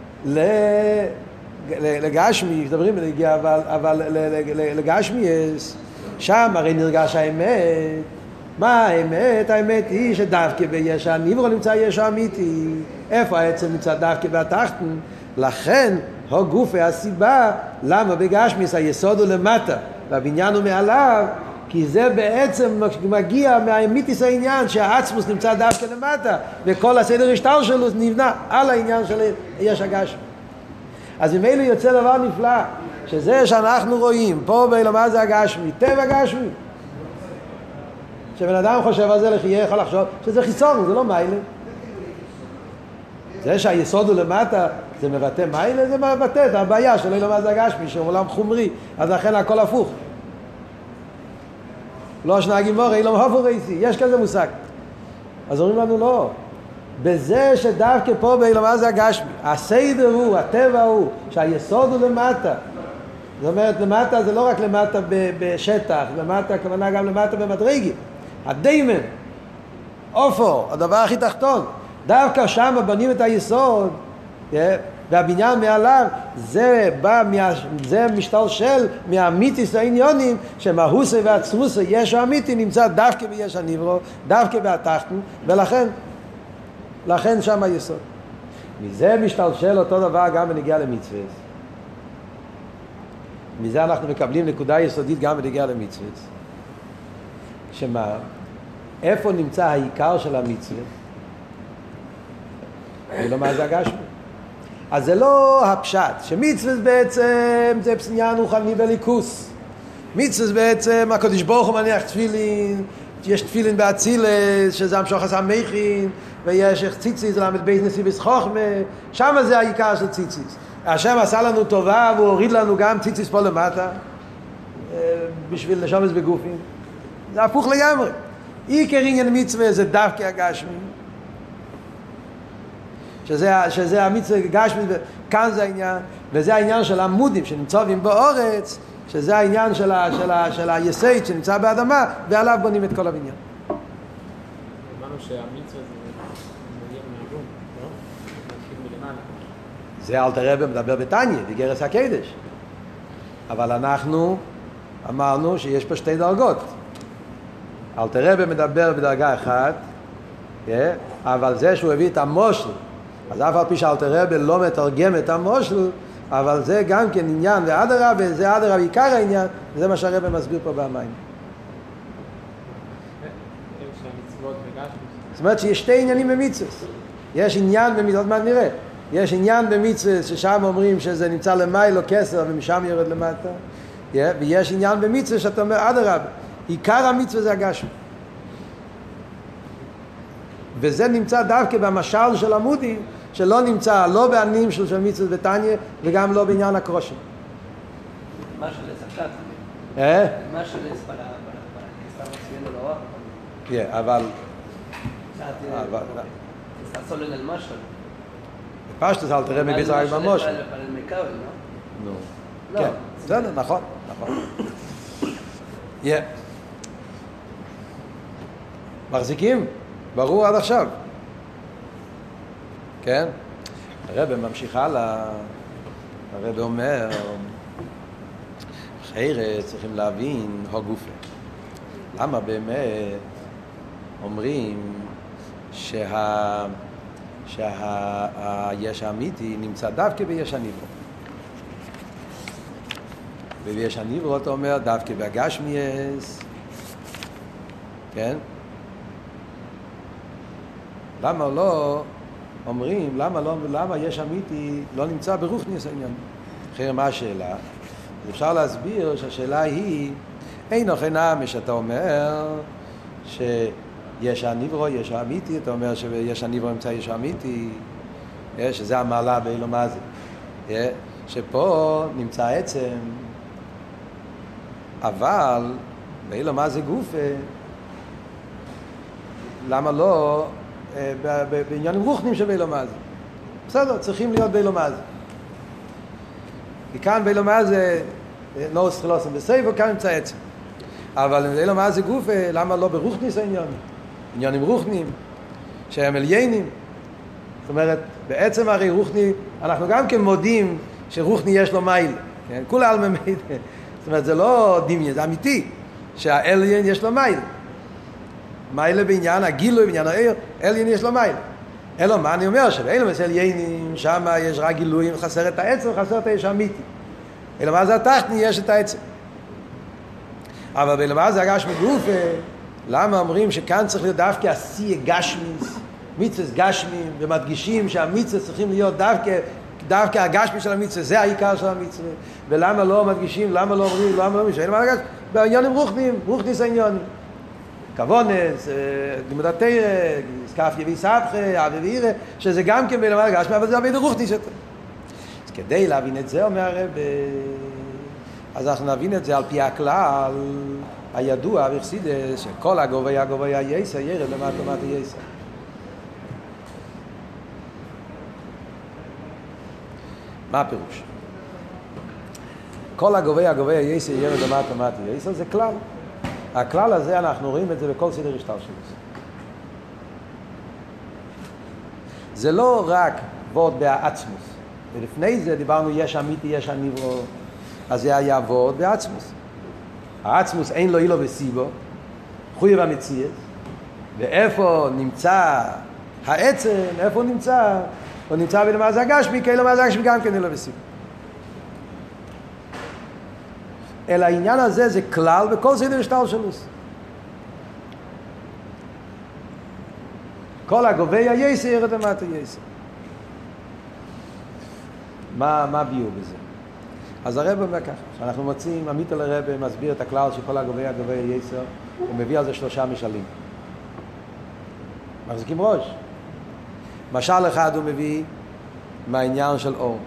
לגשמי, מדברים בנגיע אבל, אבל לגשמי יש, שם הרי נרגש האמת. מה האמת? האמת היא שדווקא ביש הניברו נמצא יש האמיתי. איפה העצם נמצא דווקא בתחתן? לכן הגופה הסיבה למה בגשמיס היסוד הוא למטה והבניין הוא מעליו, כי זה בעצם מגיע מהאמיתיס העניין שהעצמוס נמצא דווקא למטה וכל הסדר השטר שלו נבנה על העניין של יש הגשמי. אז ממילא יוצא דבר נפלא, שזה שאנחנו רואים פה באילמה זה הגשמי, טבע גשמי, שבן אדם חושב על זה לחייה יכול לחשוב שזה חיסון, זה לא מיילה. זה שהיסוד הוא למטה זה מבטא מיילה, זה מבטא את הבעיה של אילמה זה הגשמי, שהוא עולם חומרי, אז לכן הכל הפוך. לא שנהגים מורה, אילום הופו רייסי, יש כזה מושג. אז אומרים לנו לא, בזה שדווקא פה באילמה זה הגשמי, הסדר הוא, הטבע הוא, שהיסוד הוא למטה. זאת אומרת, למטה זה לא רק למטה בשטח, למטה הכוונה גם למטה במדרגים. הדיימן, אופו, הדבר הכי תחתון, דווקא שם בנים את היסוד, והבניין מעליו זה בא, מה, זה משתלשל מהאמיתיס העניונים שמהוסי ועצמוסי יש האמיתי נמצא דווקא ביש הניברו, דווקא בהתחתן, ולכן לכן שם היסוד. מזה משתלשל אותו דבר גם בנגיעה למצוות. מזה אנחנו מקבלים נקודה יסודית גם בנגיעה למצוות. שמה? איפה נמצא העיקר של המצוות? ולא מה זה הגשמי. אז זה לא הפשט, שמצוות בעצם זה עניין רוחני בליכוס. מצוות בעצם, הקדוש ברוך הוא מניח תפילין, יש תפילין באצילס, שזה המשוך עשה מכין, ויש ציציס, זה למד בית נסיביס חוכמה, שם זה העיקר של ציציס. השם עשה לנו טובה, והוא הוריד לנו גם ציציס פה למטה, בשביל לשומץ בגופים. זה הפוך לגמרי. עיקר עניין מצווה זה דווקא הגשמי. שזה, שזה המצווה גשמי, כאן זה העניין, וזה העניין של עמודים שנמצאים באורץ, שזה העניין של, ה, של, ה, של היסד שנמצא באדמה, ועליו בונים את כל הבניין. אמרנו שהמצווה זה מגיע מהרום, לא? מתחיל מלמעלה. זה אלתר רבי מדבר בתניא, בגרס הקדש. אבל אנחנו אמרנו שיש פה שתי דרגות. אלתר רבי מדבר בדרגה אחת, אבל זה שהוא הביא את המושל, אז אף על פי שאלתר רבי לא מתרגם את המושל, אבל זה גם כן עניין ואדרה, וזה אדרה בעיקר העניין, וזה מה שהרבי מסביר פה במים. זאת אומרת שיש שתי עניינים במצווה. יש עניין במצווה, עוד מעט נראה. יש עניין במצווה ששם אומרים שזה נמצא למיילו כסר ומשם יורד למטה. ויש עניין במצווה שאתה אומר אדרה, עיקר המצווה זה הגשמי. וזה נמצא דווקא במשל של עמודים, שלא נמצא לא בענים של, של מצוות בתניא וגם לא בעניין הקרושים. מה של הסקת? אה? מה של הספרה, הספרה מצוינו לא? כן, אבל... אבל... סולן אל משל. פשטוס אל תראה מביס רק במושל. נו. כן, בסדר, נכון, נכון. כן. מחזיקים? ברור עד עכשיו. כן? הרב ממשיך הלאה. הרב אומר, אחרת צריכים להבין הגופה. למה באמת אומרים שה... שהיש האמיתי נמצא דווקא ביש הניברו. וביש הניברו אתה אומר דווקא בהגשמיאס. כן? למה לא אומרים, למה לא, למה יש אמיתי לא נמצא ברוחניס העניין? אחרי מה השאלה? אפשר להסביר שהשאלה היא, אין אוכל נעמי שאתה אומר שיש הניברו, יש האמיתי, אתה אומר שיש הניברו נמצא יש האמיתי, שזה המעלה באילו מה זה, שפה נמצא עצם, אבל באילו מה זה גופה, למה לא בעניינים רוחניים שבאילו מה זה? בסדר, צריכים להיות באילו מה זה. כי כאן באילו מה זה נוס חלוסם בסייבו, כאן נמצא עצם. אבל באילו מה זה גוף, למה לא ברוחניס העניין? עניינים רוחניים, שהם עליינים. זאת אומרת, בעצם הרי רוחני, אנחנו גם כן מודים שרוחני יש לו מייל. כן? כולה על ממד. זאת אומרת, זה לא דמיין, זה אמיתי, שהעליין יש לו מייל. מיילה בעניין הגילוי, בעניין העיר, עליין יש לו מיילה. אלא מה אני אומר? שבאילו מסל יינים, שם יש רק גילויים, חסר את העצם, חסר את היש אמיתי. אלא מה זה התחתני, יש את העצם. אבל באילו מה זה הגשמי גוף, למה אומרים שכאן צריך להיות דווקא עשי גשמיס, מיצס גשמים, ומדגישים שהמיצס צריכים להיות דווקא, דווקא הגשמי של המיצס, זה העיקר של המיצס. ולמה לא מדגישים, למה לא אומרים, למה לא אומרים, שאין מה לגשם, בעניינים רוחניים, רוחניס העניינים. כוונס, לימוד התורה, סקף יבי סבכה, אבי וירא, שזה גם כן בלמד גשמי, אבל זה אבי דרוכניס יותר. אז כדי להבין את זה, אומר הרב, אז אנחנו נבין את זה על פי הכלל הידוע בחסידות, שכל הגובה הגובה יסע, ירד למטה למטה יסע. מה הפירוש? כל הגובה הגובה יסע, ירד למטה למטה יסע, זה כלל. הכלל הזה אנחנו רואים את זה בכל סדר השתלשלות. זה לא רק וורט בעצמוס, ולפני זה דיברנו יש אמיתי, יש הניברו, אז זה היה עבוד בעצמוס. העצמוס אין לו אילו וסיבו, חויב המציאות, ואיפה נמצא העצם, איפה הוא נמצא? הוא נמצא בלמאז הגשמי, כאילו למאז הגשמי גם כן אילו וסיבו. אלא העניין הזה זה כלל בכל סדר השטל שלוס. כל הגובי היסר ירד למטה יסר. מה, מה ביור בזה? אז הרב אומר ככה, שאנחנו מוצאים, עמית על הרב מסביר את הכלל שכל הגובי הגובי היסר, הוא מביא על זה שלושה משלים. מחזיקים ראש. משל אחד הוא מביא מהעניין של אור.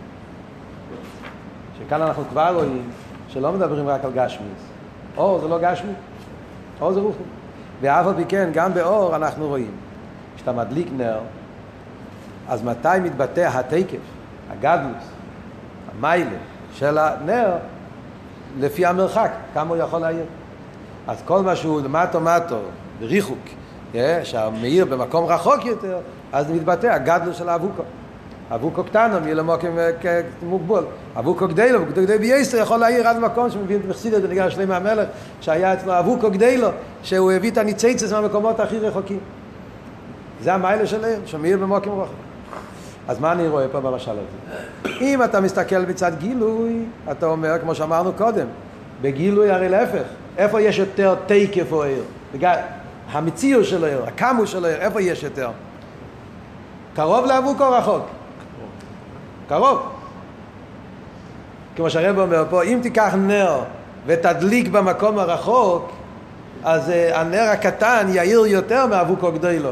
שכאן אנחנו כבר רואים שלא מדברים רק על גשמי. אור זה לא גשמי, אור זה רוחי. ואף על פי כן, גם באור אנחנו רואים. כשאתה מדליק נר, אז מתי מתבטא התקף, הגדלוס, המיילה של הנר, לפי המרחק, כמה הוא יכול להעיר. אז כל מה שהוא מטו מטו, בריחוק, שהמאיר במקום רחוק יותר, אז מתבטא הגדלוס של האבוקו. אבוקו קטנו, מי למוקים מוגבול. אבוקו גדלו, אבוקו גדלו בייסר יכול להעיר עד מקום שמבין את מחסידת בניגר שלמה המלך, שהיה אצלו אבוקו גדלו, שהוא הביא את הניציצס מהמקומות הכי רחוקים. זה המיילה של העיר, שמאיר במוקים רחוק. אז מה אני רואה פה במשל הזה? אם אתה מסתכל בצד גילוי, אתה אומר, כמו שאמרנו קודם, בגילוי הרי להפך. איפה יש יותר תקף או עיר? המציאות של העיר, הכמות של העיר, איפה יש יותר? קרוב לאבוקו או רחוק? קרוב. כמו שהרב אומר פה, אם תיקח נר ותדליק במקום הרחוק, אז uh, הנר הקטן יאיר יותר מאבוקו גדולו.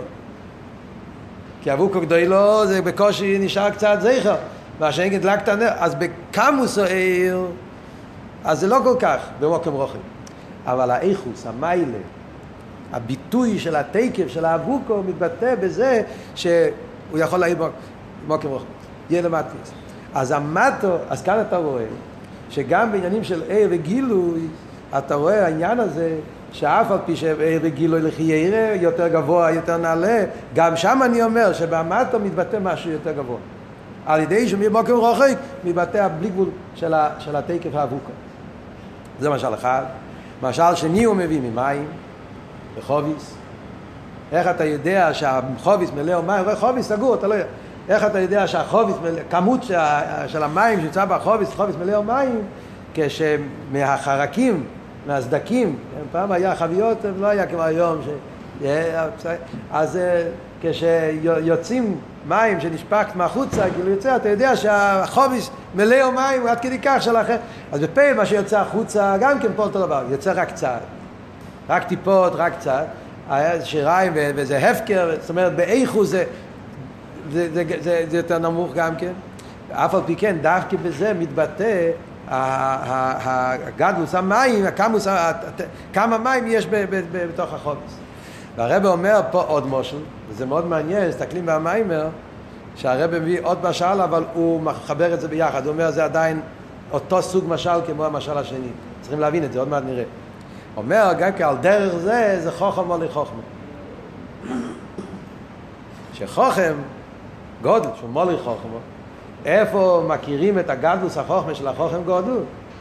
כי אבוקו גדולו זה בקושי נשאר קצת זכר. מה שאין הדלקת הנר, אז בכמוס העיר, אז זה לא כל כך במוקם רוחם. אבל האיכוס, המיילה, הביטוי של התקף של האבוקו מתבטא בזה שהוא יכול להעיר במוקם רוחם. יהיה למטריס. אז המטו, אז כאן אתה רואה שגם בעניינים של עיר וגילוי, אתה רואה העניין הזה שאף על פי שעיר וגילוי לכי יראה יותר גבוה, יותר נעלה, גם שם אני אומר שבמטו מתבטא משהו יותר גבוה. על ידי שמבוקם רוחק מתבטא הבלי גבול של, ה, של התקף האבוקו. זה משל אחד. משל שני הוא מביא ממים, בחוביס. איך אתה יודע שהחוביס מלא או מים? חוביס סגור, אתה לא יודע. איך אתה יודע שהחוביס, כמות של המים שיוצא בחוביס, חוביס מלא או מים, כשמהחרקים, מהסדקים, פעם היה חביות, לא היה כמו היום, ש... אז כשיוצאים מים שנשפקת מהחוצה, כאילו יוצא, אתה יודע שהחוביס מלא או מים, עד כדי כך של אחר. אז בפה מה שיוצא החוצה, גם כן פה אותו דבר, יוצא רק קצת, רק טיפות, רק קצת, שיריים וזה הפקר, זאת אומרת, באיכו זה... זה, זה, זה, זה יותר נמוך גם כן. אף על פי כן, דווקא בזה מתבטא הגדלוס, המים, הכמוס, כמה מים יש ב, ב, ב, בתוך החובס. והרבא אומר פה עוד מושל, וזה מאוד מעניין, מסתכלים במיימר, שהרבא מביא עוד משל, אבל הוא מחבר את זה ביחד. הוא אומר, זה עדיין אותו סוג משל כמו המשל השני. צריכים להבין את זה, עוד מעט נראה. אומר, גם כי על דרך זה, זה חוכם או לחוכמה. שחוכם, גודל, שהוא מולי חוכמה, איפה מכירים את הגדלוס החוכמה של החוכם גודל?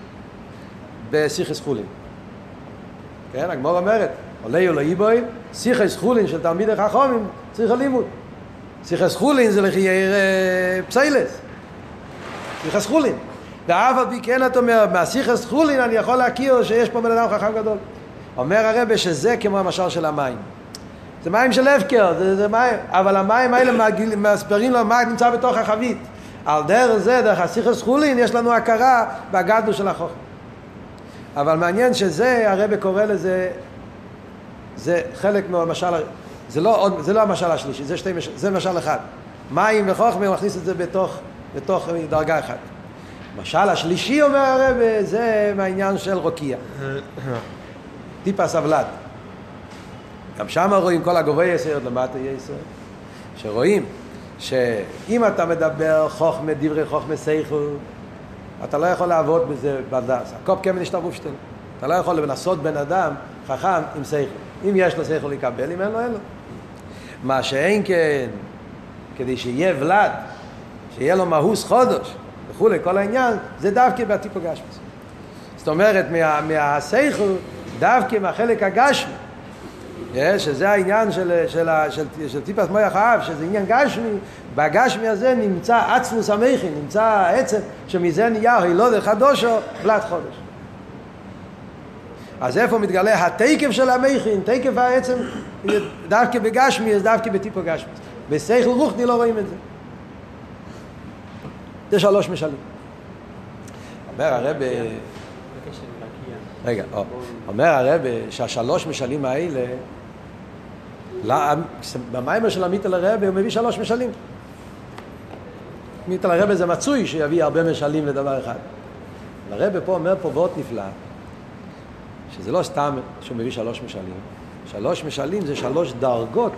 בשיחס חולין. כן, הגמור אומרת, עולה ולא איבוי, שיחס חולין של תלמידי חכמים, צריך לימוד. שיחס חולין זה לחייר פסיילס. שיחס חולין. ואף על פי כן אתה אומר, מהשיחס חולין אני יכול להכיר שיש פה בן אדם חכם גדול. אומר הרב שזה כמו המשל של המים. זה מים של הפקר, זה, זה מים, אבל המים האלה מספרים לו מה נמצא בתוך החבית. על דרך זה, דרך השיחס חולין, יש לנו הכרה בגדלוס של החוכמה. אבל מעניין שזה, הרב קורא לזה, זה חלק מהמשל, זה לא, זה לא המשל השלישי, זה, שתי, זה משל אחד. מים וחוכמה, הוא מכניס את זה בתוך, בתוך דרגה אחת. משל השלישי, אומר הרב, זה מהעניין של רוקייה. טיפה סבלת. גם שם רואים כל הגובי יסר למטה יסר, שרואים שאם אתה מדבר חוכמה, דברי חוכמה שכל, אתה לא יכול לעבוד בזה בדס. הקופ כמן השתרוף שתל. אתה לא יכול לנסות בן אדם חכם עם שכל. אם יש לו שכל לקבל, אם אין לו, אין לו. מה שאין כן, כדי שיהיה ולד, שיהיה לו מהוס חודש וכולי, כל העניין, זה דווקא בטיפו גשמיס. זאת אומרת, מה, מהסייכו, דווקא מהחלק הגשמי, שזה העניין של, של, של, של, של טיפס מויח האב, שזה עניין גשמי, בגשמי הזה נמצא עצמוס המכין, נמצא העצם, שמזה נהיה הילוד חדושו, בלת חודש. אז איפה מתגלה התקף של המכין, תקף העצם, דווקא בגשמי, אז דווקא בטיפו גשמי. בסייכל רוחני לא רואים את זה. זה שלוש משלים. אומר הרב... רגע, אומר הרב שהשלוש משלים האלה, במיימר של עמית אל הרב הוא מביא שלוש משלים. עמית אל הרב זה מצוי שיביא הרבה משלים לדבר אחד. הרב פה אומר פה ואות נפלא, שזה לא סתם שהוא מביא שלוש משלים. שלוש משלים זה שלוש דרגות.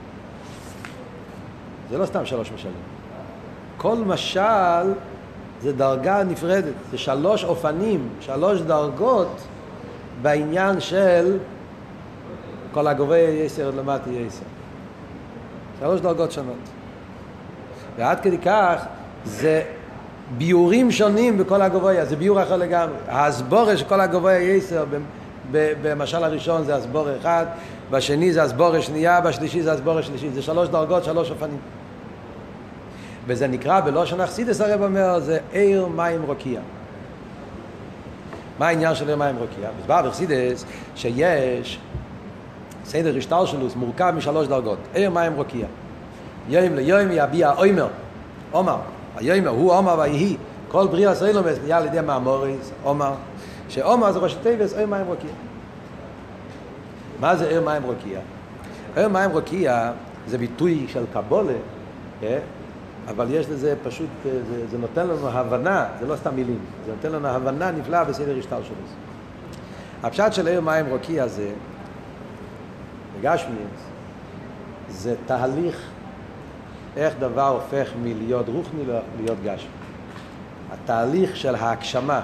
זה לא סתם שלוש משלים. כל משל זה דרגה נפרדת. זה שלוש אופנים, שלוש דרגות בעניין של כל הגובה יסר עד למטה יסר. שלוש דרגות שונות. ועד כדי כך זה ביורים שונים בכל הגובה. זה ביור אחר לגמרי. ההסבורה של כל הגובה יסר במשל הראשון זה הסבורה אחד, בשני זה הסבורה שנייה, בשלישי זה הסבורה שלישית. זה שלוש דרגות, שלוש אופנים. וזה נקרא בלושן אכסידס הרב אומר, זה עיר מים רוקיע. מה העניין של עיר מים רוקיע? בסבר באכסידס שיש סדר השתלשלות מורכב משלוש דרגות. עיר מים רוקיע. יום ליום יביע אומר. אומר. היומר הוא אומר ויהי. כל בריאה סוילומס נהיה על ידי מאמוריס. אומר. שאומר זה ראשי תיבס עיר מים רוקיע. מה זה עיר מים רוקיע? עיר מים רוקיע זה ביטוי של קבולה. אבל יש לזה פשוט, זה, זה נותן לנו הבנה, זה לא סתם מילים, זה נותן לנו הבנה נפלאה בסדר השתלשלות. הפשט של עיר מים רוקיע הזה, בגשמי, זה תהליך איך דבר הופך מלהיות רוחני להיות גשמי. התהליך של ההגשמה,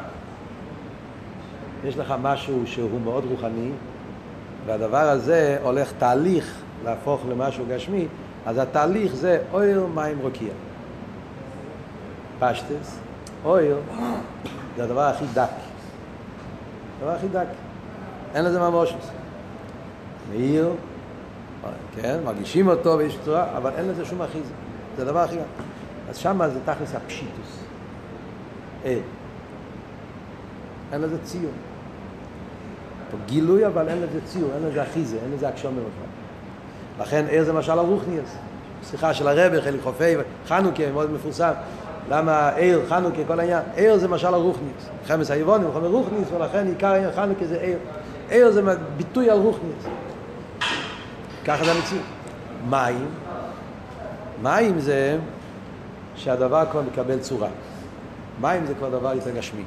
יש לך משהו שהוא מאוד רוחני, והדבר הזה הולך תהליך להפוך למשהו גשמי, אז התהליך זה אויר מים רוקיע. פשטס, אויר, זה הדבר הכי דק. הדבר הכי דק. אין לזה ממושוס. מאיר, כן, מרגישים אותו באיזושהי צורה, אבל אין לזה שום אחיזה. זה הדבר הכי דק. אז שמה זה תכלס הפשיטוס. אין. אין לזה ציור. גילוי, אבל אין לזה ציור, אין לזה אחיזה, אין לזה הקשומר בכלל. לכן עיר זה משל הרוחניאס. שיחה של הרב, חלק חופי, חנוכה, מאוד מפורסם. למה עיר, חנוכה, כל העניין? עיר זה משל הרוחניאס. חמש היבונים, חומר רוחניאס, ולכן עיקר העניין חנוכה זה עיר. עיר זה ביטוי על רוחניאס. ככה זה המציאות. מים. מים זה שהדבר כבר מקבל צורה. מים זה כבר דבר יותר גשמי.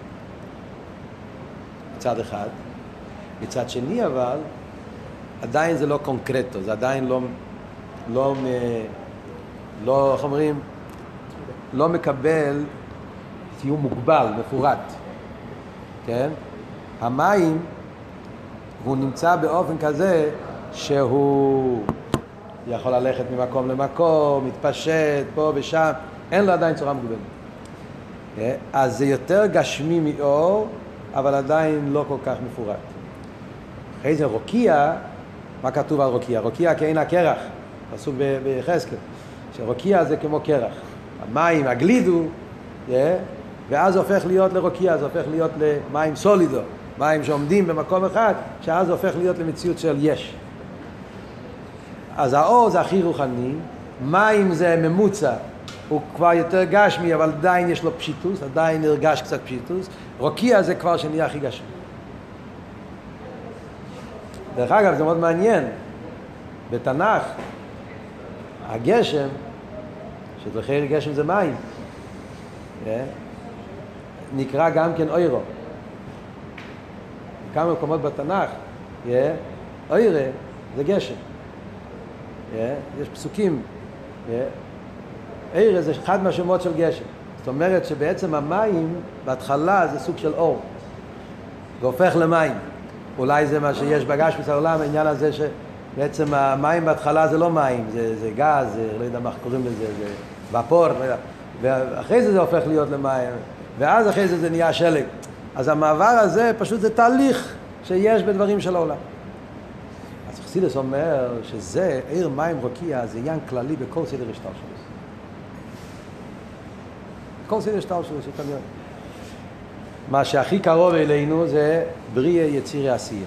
מצד אחד. מצד שני אבל, עדיין זה לא קונקרטו, זה עדיין לא, לא, לא, איך אומרים, לא מקבל תיאום מוגבל, מפורט. כן? המים, הוא נמצא באופן כזה שהוא יכול ללכת ממקום למקום, מתפשט פה ושם, אין לו עדיין צורה מוגבלת. כן? אז זה יותר גשמי מאור, אבל עדיין לא כל כך מפורט. אחרי זה רוקיע, מה כתוב על רוקיע? רוקיע כאין הקרח, פסוק בחזקאל, שרוקיע זה כמו קרח. המים, הגלידו, ואז הופך להיות לרוקיע, זה הופך להיות למים סולידו, מים שעומדים במקום אחד, שאז הופך להיות למציאות של יש. אז האור זה הכי רוחני, מים זה ממוצע, הוא כבר יותר גשמי, אבל עדיין יש לו פשיטוס, עדיין נרגש קצת פשיטוס. רוקיע זה כבר שנהיה הכי גשמי. דרך אגב, זה מאוד מעניין. בתנ"ך, הגשם, שדרכי גשם זה מים, נקרא גם כן אוירו. כמה מקומות בתנ"ך, אוירה זה גשם. יש פסוקים, אוירה זה אחד מהשמות של גשם. זאת אומרת שבעצם המים בהתחלה זה סוג של אור, והופך למים. אולי זה מה שיש בגשמי העולם, העניין הזה שבעצם המים בהתחלה זה לא מים, זה, זה גז, זה, לא יודע מה קוראים לזה, זה ופור, לא יודע. ואחרי זה זה הופך להיות למים, ואז אחרי זה זה נהיה שלג. אז המעבר הזה פשוט זה תהליך שיש בדברים של העולם. אז חסידס אומר שזה, עיר מים רוקיע, זה עניין כללי בכל סדר השטר שלו. כל סדר השטר שלו שכנראה. מה שהכי קרוב אלינו זה בריאה יצירי עשייה.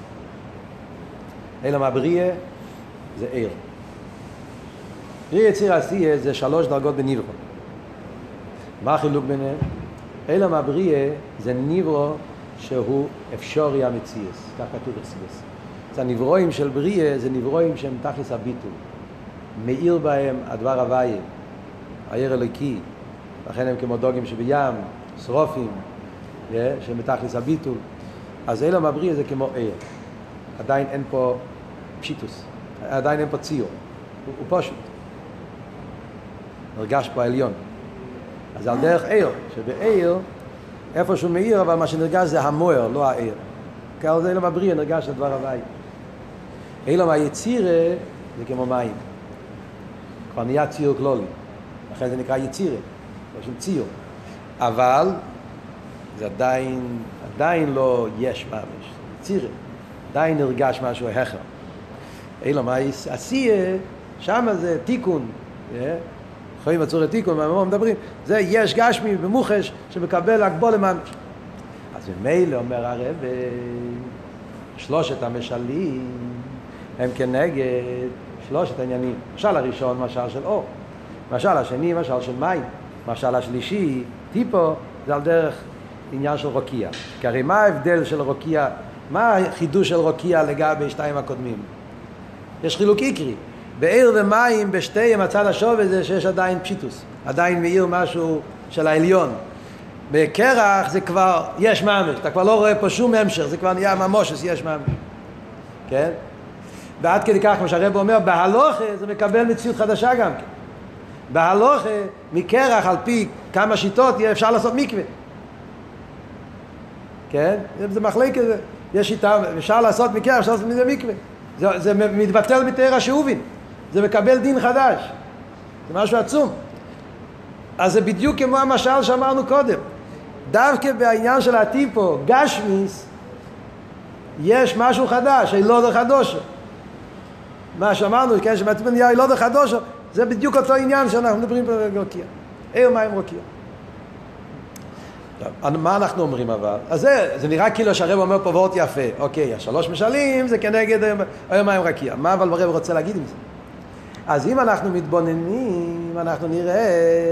אלא מה בריאה זה עיר. בריאה יציר עשייה זה שלוש דרגות בנברו. מה החילוק ביניהם? אלא מה בריאה זה נברו שהוא אפשורי המציאס. כך כתוב בחסידס. אז הנברואים של בריאה זה נברואים שהם תכלס הביטול. מאיר בהם הדבר הוויה, העיר אלוקי. לכן הם כמו דוגים שבים, שרופים, שהם תכלס הביטול. אז אלא מה בריאה זה כמו עיר. עדיין אין פה פשיטוס, עדיין אין פה ציור, הוא, הוא פשוט. נרגש פה העליון. אז על דרך עיר, שבעיר, איפה שהוא מאיר, אבל מה שנרגש זה המוער, לא העיר. כי על זה אילם הבריא נרגש לדבר הוואי. אילם היצירה זה כמו מים. כבר נהיה ציור כלולי. לכן זה נקרא יצירה, לא של ציור. אבל זה עדיין, עדיין לא יש ממש. יצירה. עדיין נרגש משהו אחר. אלא מה עשייה, שם זה תיקון. חיים בצורת תיקון, מה מדברים? זה יש גשמי במוחש שמקבל הגבול לממש. אז במילא אומר הרב, שלושת המשלים הם כנגד שלושת העניינים. משל הראשון, משל של אור. משל השני, משל של מים. משל השלישי, טיפו, זה על דרך עניין של רוקיע. כי הרי מה ההבדל של רוקיע? מה החידוש של רוקיע לגבי שתיים הקודמים? יש חילוק עיקרי. בעיר ומים בשתיהם הצד השווה זה שיש עדיין פשיטוס. עדיין מאיר משהו של העליון. בקרח זה כבר יש ממש. אתה כבר לא רואה פה שום המשך. זה כבר נהיה ממושס, יש ממש. כן? ועד כדי כך, כמו שהרב אומר, בהלוכה זה מקבל מציאות חדשה גם כן. בהלוכה, מקרח על פי כמה שיטות אפשר לעשות מקווה. כן? זה מחלק כזה. יש שיטה, אפשר לעשות מקרח, אפשר לעשות מזה מקווה. זה, זה מתבטל מתאר השאובין. זה מקבל דין חדש. זה משהו עצום. אז זה בדיוק כמו המשל שאמרנו קודם. דווקא בעניין של הטיפו, גשמיס, יש משהו חדש, אילודה חדושה. מה שאמרנו, כן, שמעטיפו נהיה אילודה חדושה, זה בדיוק אותו עניין שאנחנו מדברים פה ברוקיע. עיר מים רוקיע. מה אנחנו אומרים אבל? אז זה, זה נראה כאילו שהרב אומר פה וורט יפה. אוקיי, השלוש משלים זה כנגד עיר מים רוקיע. מה אבל הרב רוצה להגיד עם זה? אז אם אנחנו מתבוננים, אנחנו נראה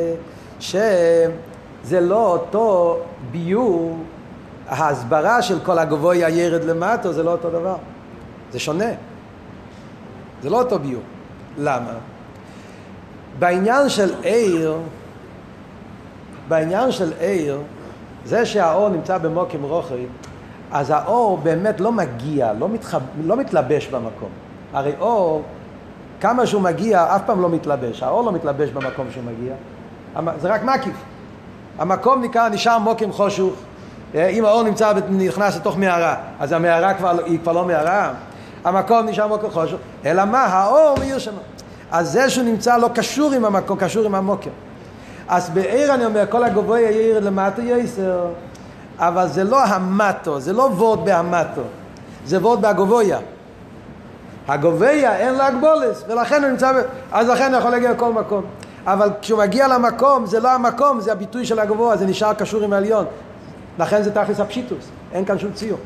שזה לא אותו ביור, ההסברה של כל הגבוה ירד למטה, זה לא אותו דבר. זה שונה. זה לא אותו ביור. למה? בעניין של עיר, בעניין של עיר, זה שהאור נמצא במוקם רוחי, אז האור באמת לא מגיע, לא, מתחב... לא מתלבש במקום. הרי אור, כמה שהוא מגיע, אף פעם לא מתלבש. האור לא מתלבש במקום שהוא מגיע. זה רק מקיף. המקום נקרא, נשאר מוקם חושוך. אם האור נמצא, נכנס לתוך מערה, אז המערה כבר, היא כבר לא מערה. המקום נשאר מוקם חושוך. אלא מה? האור מאיר שם. אז זה שהוא נמצא לא קשור עם המקום, קשור עם המוקם. אז בעיר אני אומר, כל הגבוה ירד למטה יסר, אבל זה לא המטו, זה לא וורט בהמטו, זה וורט בהגבויה. הגבויה אין לה הגבולס, ולכן הוא נמצא, אז לכן הוא יכול להגיע לכל מקום. אבל כשהוא מגיע למקום, זה לא המקום, זה הביטוי של הגבוה, זה נשאר קשור עם העליון. לכן זה תכלס הפשיטוס, אין כאן שום ציור.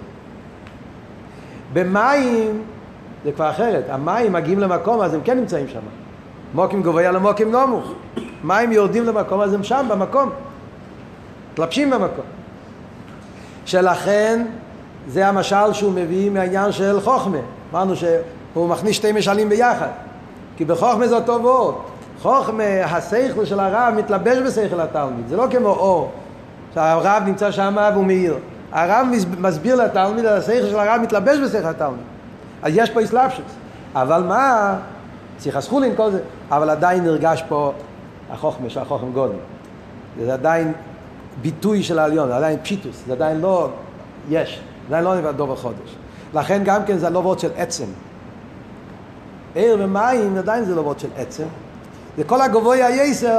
במים, זה כבר אחרת, המים מגיעים למקום, אז הם כן נמצאים שם. מוקים גבויה למוקים נמוך. מים יורדים למקום, אז הם שם במקום. תלבשים במקום. שלכן, זה המשל שהוא מביא מהעניין של חוכמה. אמרנו שהוא מכניס שתי משלים ביחד. כי בחוכמה זה אותו וורט. חוכמה, השכל של הרב מתלבש בשכל התלמיד. זה לא כמו אור. שהרב נמצא שם והוא מאיר. הרב מסביר לתלמיד, השכל של הרב מתלבש בשכל התלמיד. אז יש פה אסלאפשוס. אבל מה? צריך הסחולין כל זה. אבל עדיין נרגש פה החוכמה של החוכם גודל. זה עדיין ביטוי של העליון, זה עדיין פשיטוס, זה עדיין לא יש, זה עדיין לא נבד דובר חודש. לכן גם כן זה לא וורט של עצם. עיר ומים עדיין זה לא וורט של עצם. זה כל הגבוה היסר,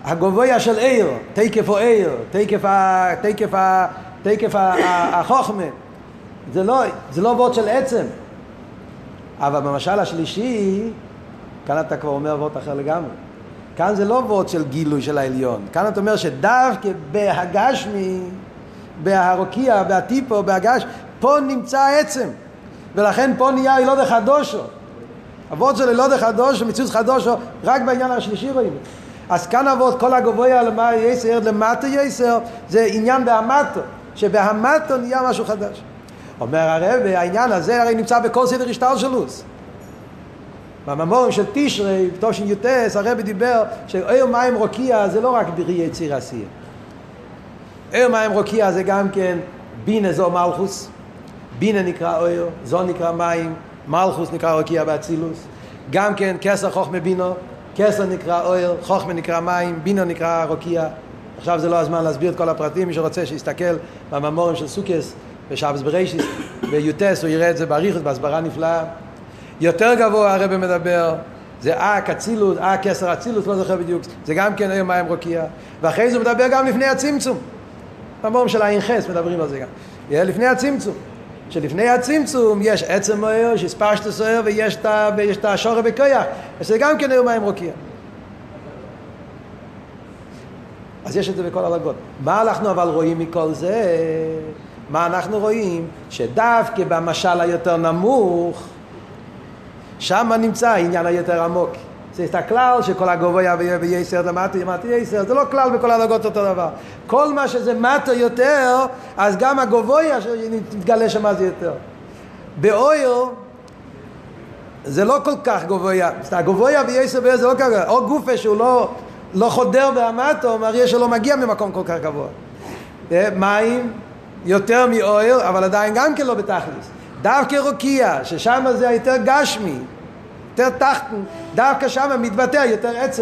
הגבוה של עיר, תקף או עיר, תקף ה... תקף ה... תקף החוכמה. זה לא, זה לא וורט של עצם. אבל במשל השלישי, כאן אתה כבר אומר וורט אחר לגמרי. כאן זה לא וורט של גילוי של העליון. כאן אתה אומר שדווקא בהגשמי, בהרוקיע, בהטיפו, בהגש, פה נמצא העצם. ולכן פה נהיה ילוד חדושו. הוורט של ילוד חדושו, מציאות חדושו, רק בעניין השלישי רואים. אז כאן הוורט, כל הגבוה למה יסר, למטה יסר, זה עניין בהמטו. שבהמטו נהיה משהו חדש. אומר הרב, העניין הזה הרי נמצא בכל סדר השטר שלוס. במאמרים של תשרי, בתושין יוטס, הרב דיבר שאור מים רוקיע זה לא רק בראי יציר עשייה. אור מים רוקיע זה גם כן בינה זו מלכוס. בינה נקרא אור, זו נקרא מים, מלכוס נקרא רוקיע באצילוס. גם כן כסר חוכמה בינו, כסר נקרא אור, חוכמה נקרא מים, בינה נקרא רוקיע. עכשיו זה לא הזמן להסביר את כל הפרטים, מי שרוצה שיסתכל במאמרים של סוכס ושבס בראשית ויוטס, הוא יראה את זה בעריכות, בהסברה נפלאה. יותר גבוה הרב מדבר, זה אה כצילוס, אה כסר הצילוס, לא זוכר בדיוק, זה גם כן היום מים רוקיע. ואחרי זה הוא מדבר גם לפני הצמצום. במאמרים של העין חס מדברים על זה גם. לפני הצמצום. שלפני הצמצום יש עצם מויר, יש פשטוס מויר ויש את השורה בכויח. זה גם כן היום מים רוקיע. אז יש את זה בכל הלגות. מה אנחנו אבל רואים מכל זה? מה אנחנו רואים? שדווקא במשל היותר נמוך, שם נמצא העניין היותר עמוק. זה את הכלל שכל הגבוה ויסר למטה, למטה יסר, זה לא כלל בכל הלגות אותו דבר. כל מה שזה מטה יותר, אז גם הגבוה שנתגלה שם זה יותר. באויר, זה לא כל כך גבוה. הגבוה ויסר זה לא כך, או גופה שהוא לא... לא חודר בהמטו, מראה שלא מגיע ממקום כל כך גבוה. מים יותר מאויר, אבל עדיין גם כן לא בתכלס. דווקא רוקיע, ששם זה יותר גשמי, יותר תחתן, דווקא שם מתבטא יותר עצם.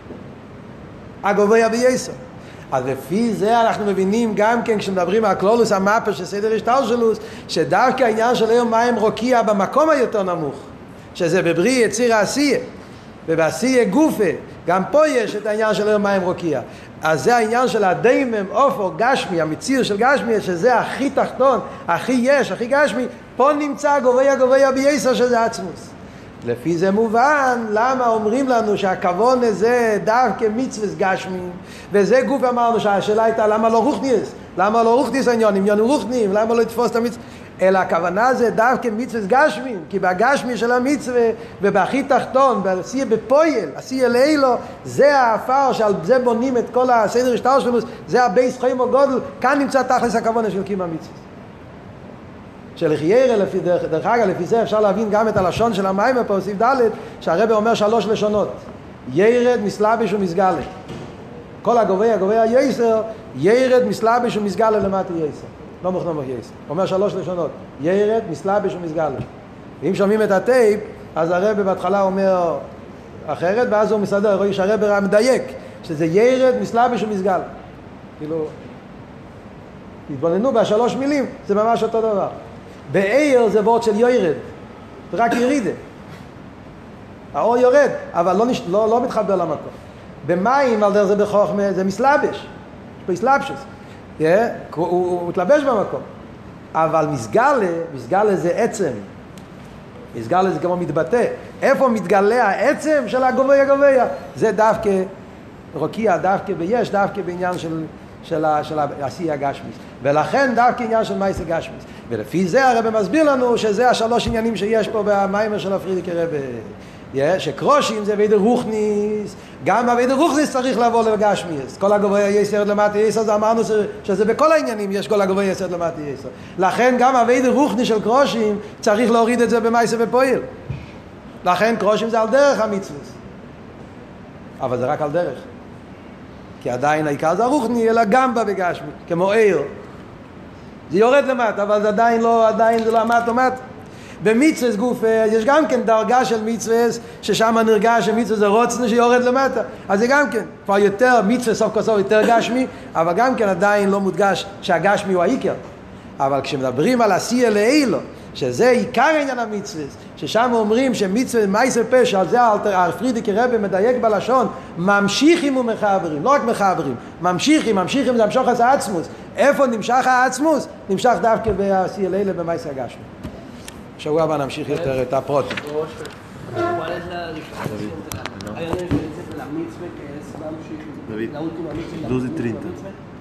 הגבוה ביסר. אז לפי זה אנחנו מבינים גם כן כשמדברים על כלולוס המפה של סדר השתלשלוס, שדווקא העניין של היום מים רוקיע במקום היותר נמוך, שזה בבריא יציר העשייה. ובעשייה גופה, גם פה יש את העניין של היום מים רוקיע. אז זה העניין של הדיימם, אופו, גשמי, המציר של גשמי, שזה הכי תחתון, הכי יש, הכי גשמי, פה נמצא גבוה גבוה בייסר שזה עצמוס. לפי זה מובן, למה אומרים לנו שהכוון הזה דווקא מצווה גשמי, וזה גוף אמרנו שהשאלה הייתה למה לא רוחניס, למה לא רוחניס העניין, עניין רוחנים, למה לא לתפוס את המצווה, אלא הכוונה זה דווקא מצווה גשמי, כי בגשמי של המצווה ובהכי תחתון, בעשייה בפויל, עשייה לאילו, זה האפר שעל זה בונים את כל הסדר השטר שלנו, זה הבייס חיים הגודל, כאן נמצא תכלס הכוונה של קיום המצווה. שלחיירה, לפי דרך, דרך אגב, לפי זה אפשר להבין גם את הלשון של המים בפרסיף ד' שהרבא אומר שלוש לשונות. ירד, מסלבש ומסגלה. כל הגבוה, הגבוה יסר, ירד, מסלבש ומסגלה למטה יסר. לא מוכנו מוך יסר. אומר שלוש לשונות. ירד, מסלבש ומסגלה. ואם שומעים את הטייפ, אז הרבא בהתחלה אומר אחרת, ואז הוא מסדר, רואה שהרבא מדייק, שזה ירד, מסלבש ומסגלה. כאילו, התבוננו בשלוש מילים, זה ממש אותו דבר. באיר זה וורט של יורד, רק ירידה. האור יורד, אבל לא, נש... לא, לא מתחבר למקום. במים, על דרך זה בחוכמה, זה מסלבש. יש פה מסלבשס. Yeah, הוא, הוא, הוא מתלבש במקום. אבל מסגלה, מסגלה זה עצם. מסגלה זה כמו מתבטא. איפה מתגלה העצם של הגבוה הגבוה? זה דווקא רוקיע, דווקא ביש, דווקא בעניין של... של, של העשייה הגשמיס. ולכן דווקא עניין של מייס הגשמיס. ולפי זה הרב מסביר לנו שזה השלוש עניינים שיש פה במיימר של הפרידיקי רב. שקרושים זה וידר רוחניס, גם הוידר רוחניס צריך לבוא לגשמיס. כל הגבוה יסר למטה יסר, זה אמרנו שזה בכל העניינים יש כל הגבוה יסר למטה יסר. לכן גם הוידר רוחניס של קרושים צריך להוריד את זה במייס ופועל. לכן קרושים זה על דרך המצווה. אבל זה רק על דרך. כי עדיין העיקר זה הרוחני, אלא גם בה בגשמי, כמו עיר. זה יורד למטה, אבל זה עדיין לא, עדיין זה לא המטה ומטה. במצווה גוף, יש גם כן דרגה של מצווה, ששם נרגש שמצווה זה רוצנה שיורד למטה. אז זה גם כן, כבר יותר מצווה סוף כל סוף יותר גשמי, אבל גם כן עדיין לא מודגש שהגשמי הוא העיקר. אבל כשמדברים על עשייה לאילו, שזה עיקר עניין המצווה, ששם אומרים שמצווה מייסר פשע, על זה הפרידיקי רבי מדייק בלשון, ממשיכים ומחברים, לא רק מחברים, ממשיכים, ממשיכים למשוך את העצמוס. איפה נמשך העצמוס? נמשך דווקא בעשייה לילה במייסר הגשמי. שבוע הבא נמשיך יותר את הפרוט. ¿Cuál es la diferencia entre la, hay una diferencia entre la mitzvah que es mamshich, la última mitzvah y la doce y última treinta. mitzvah?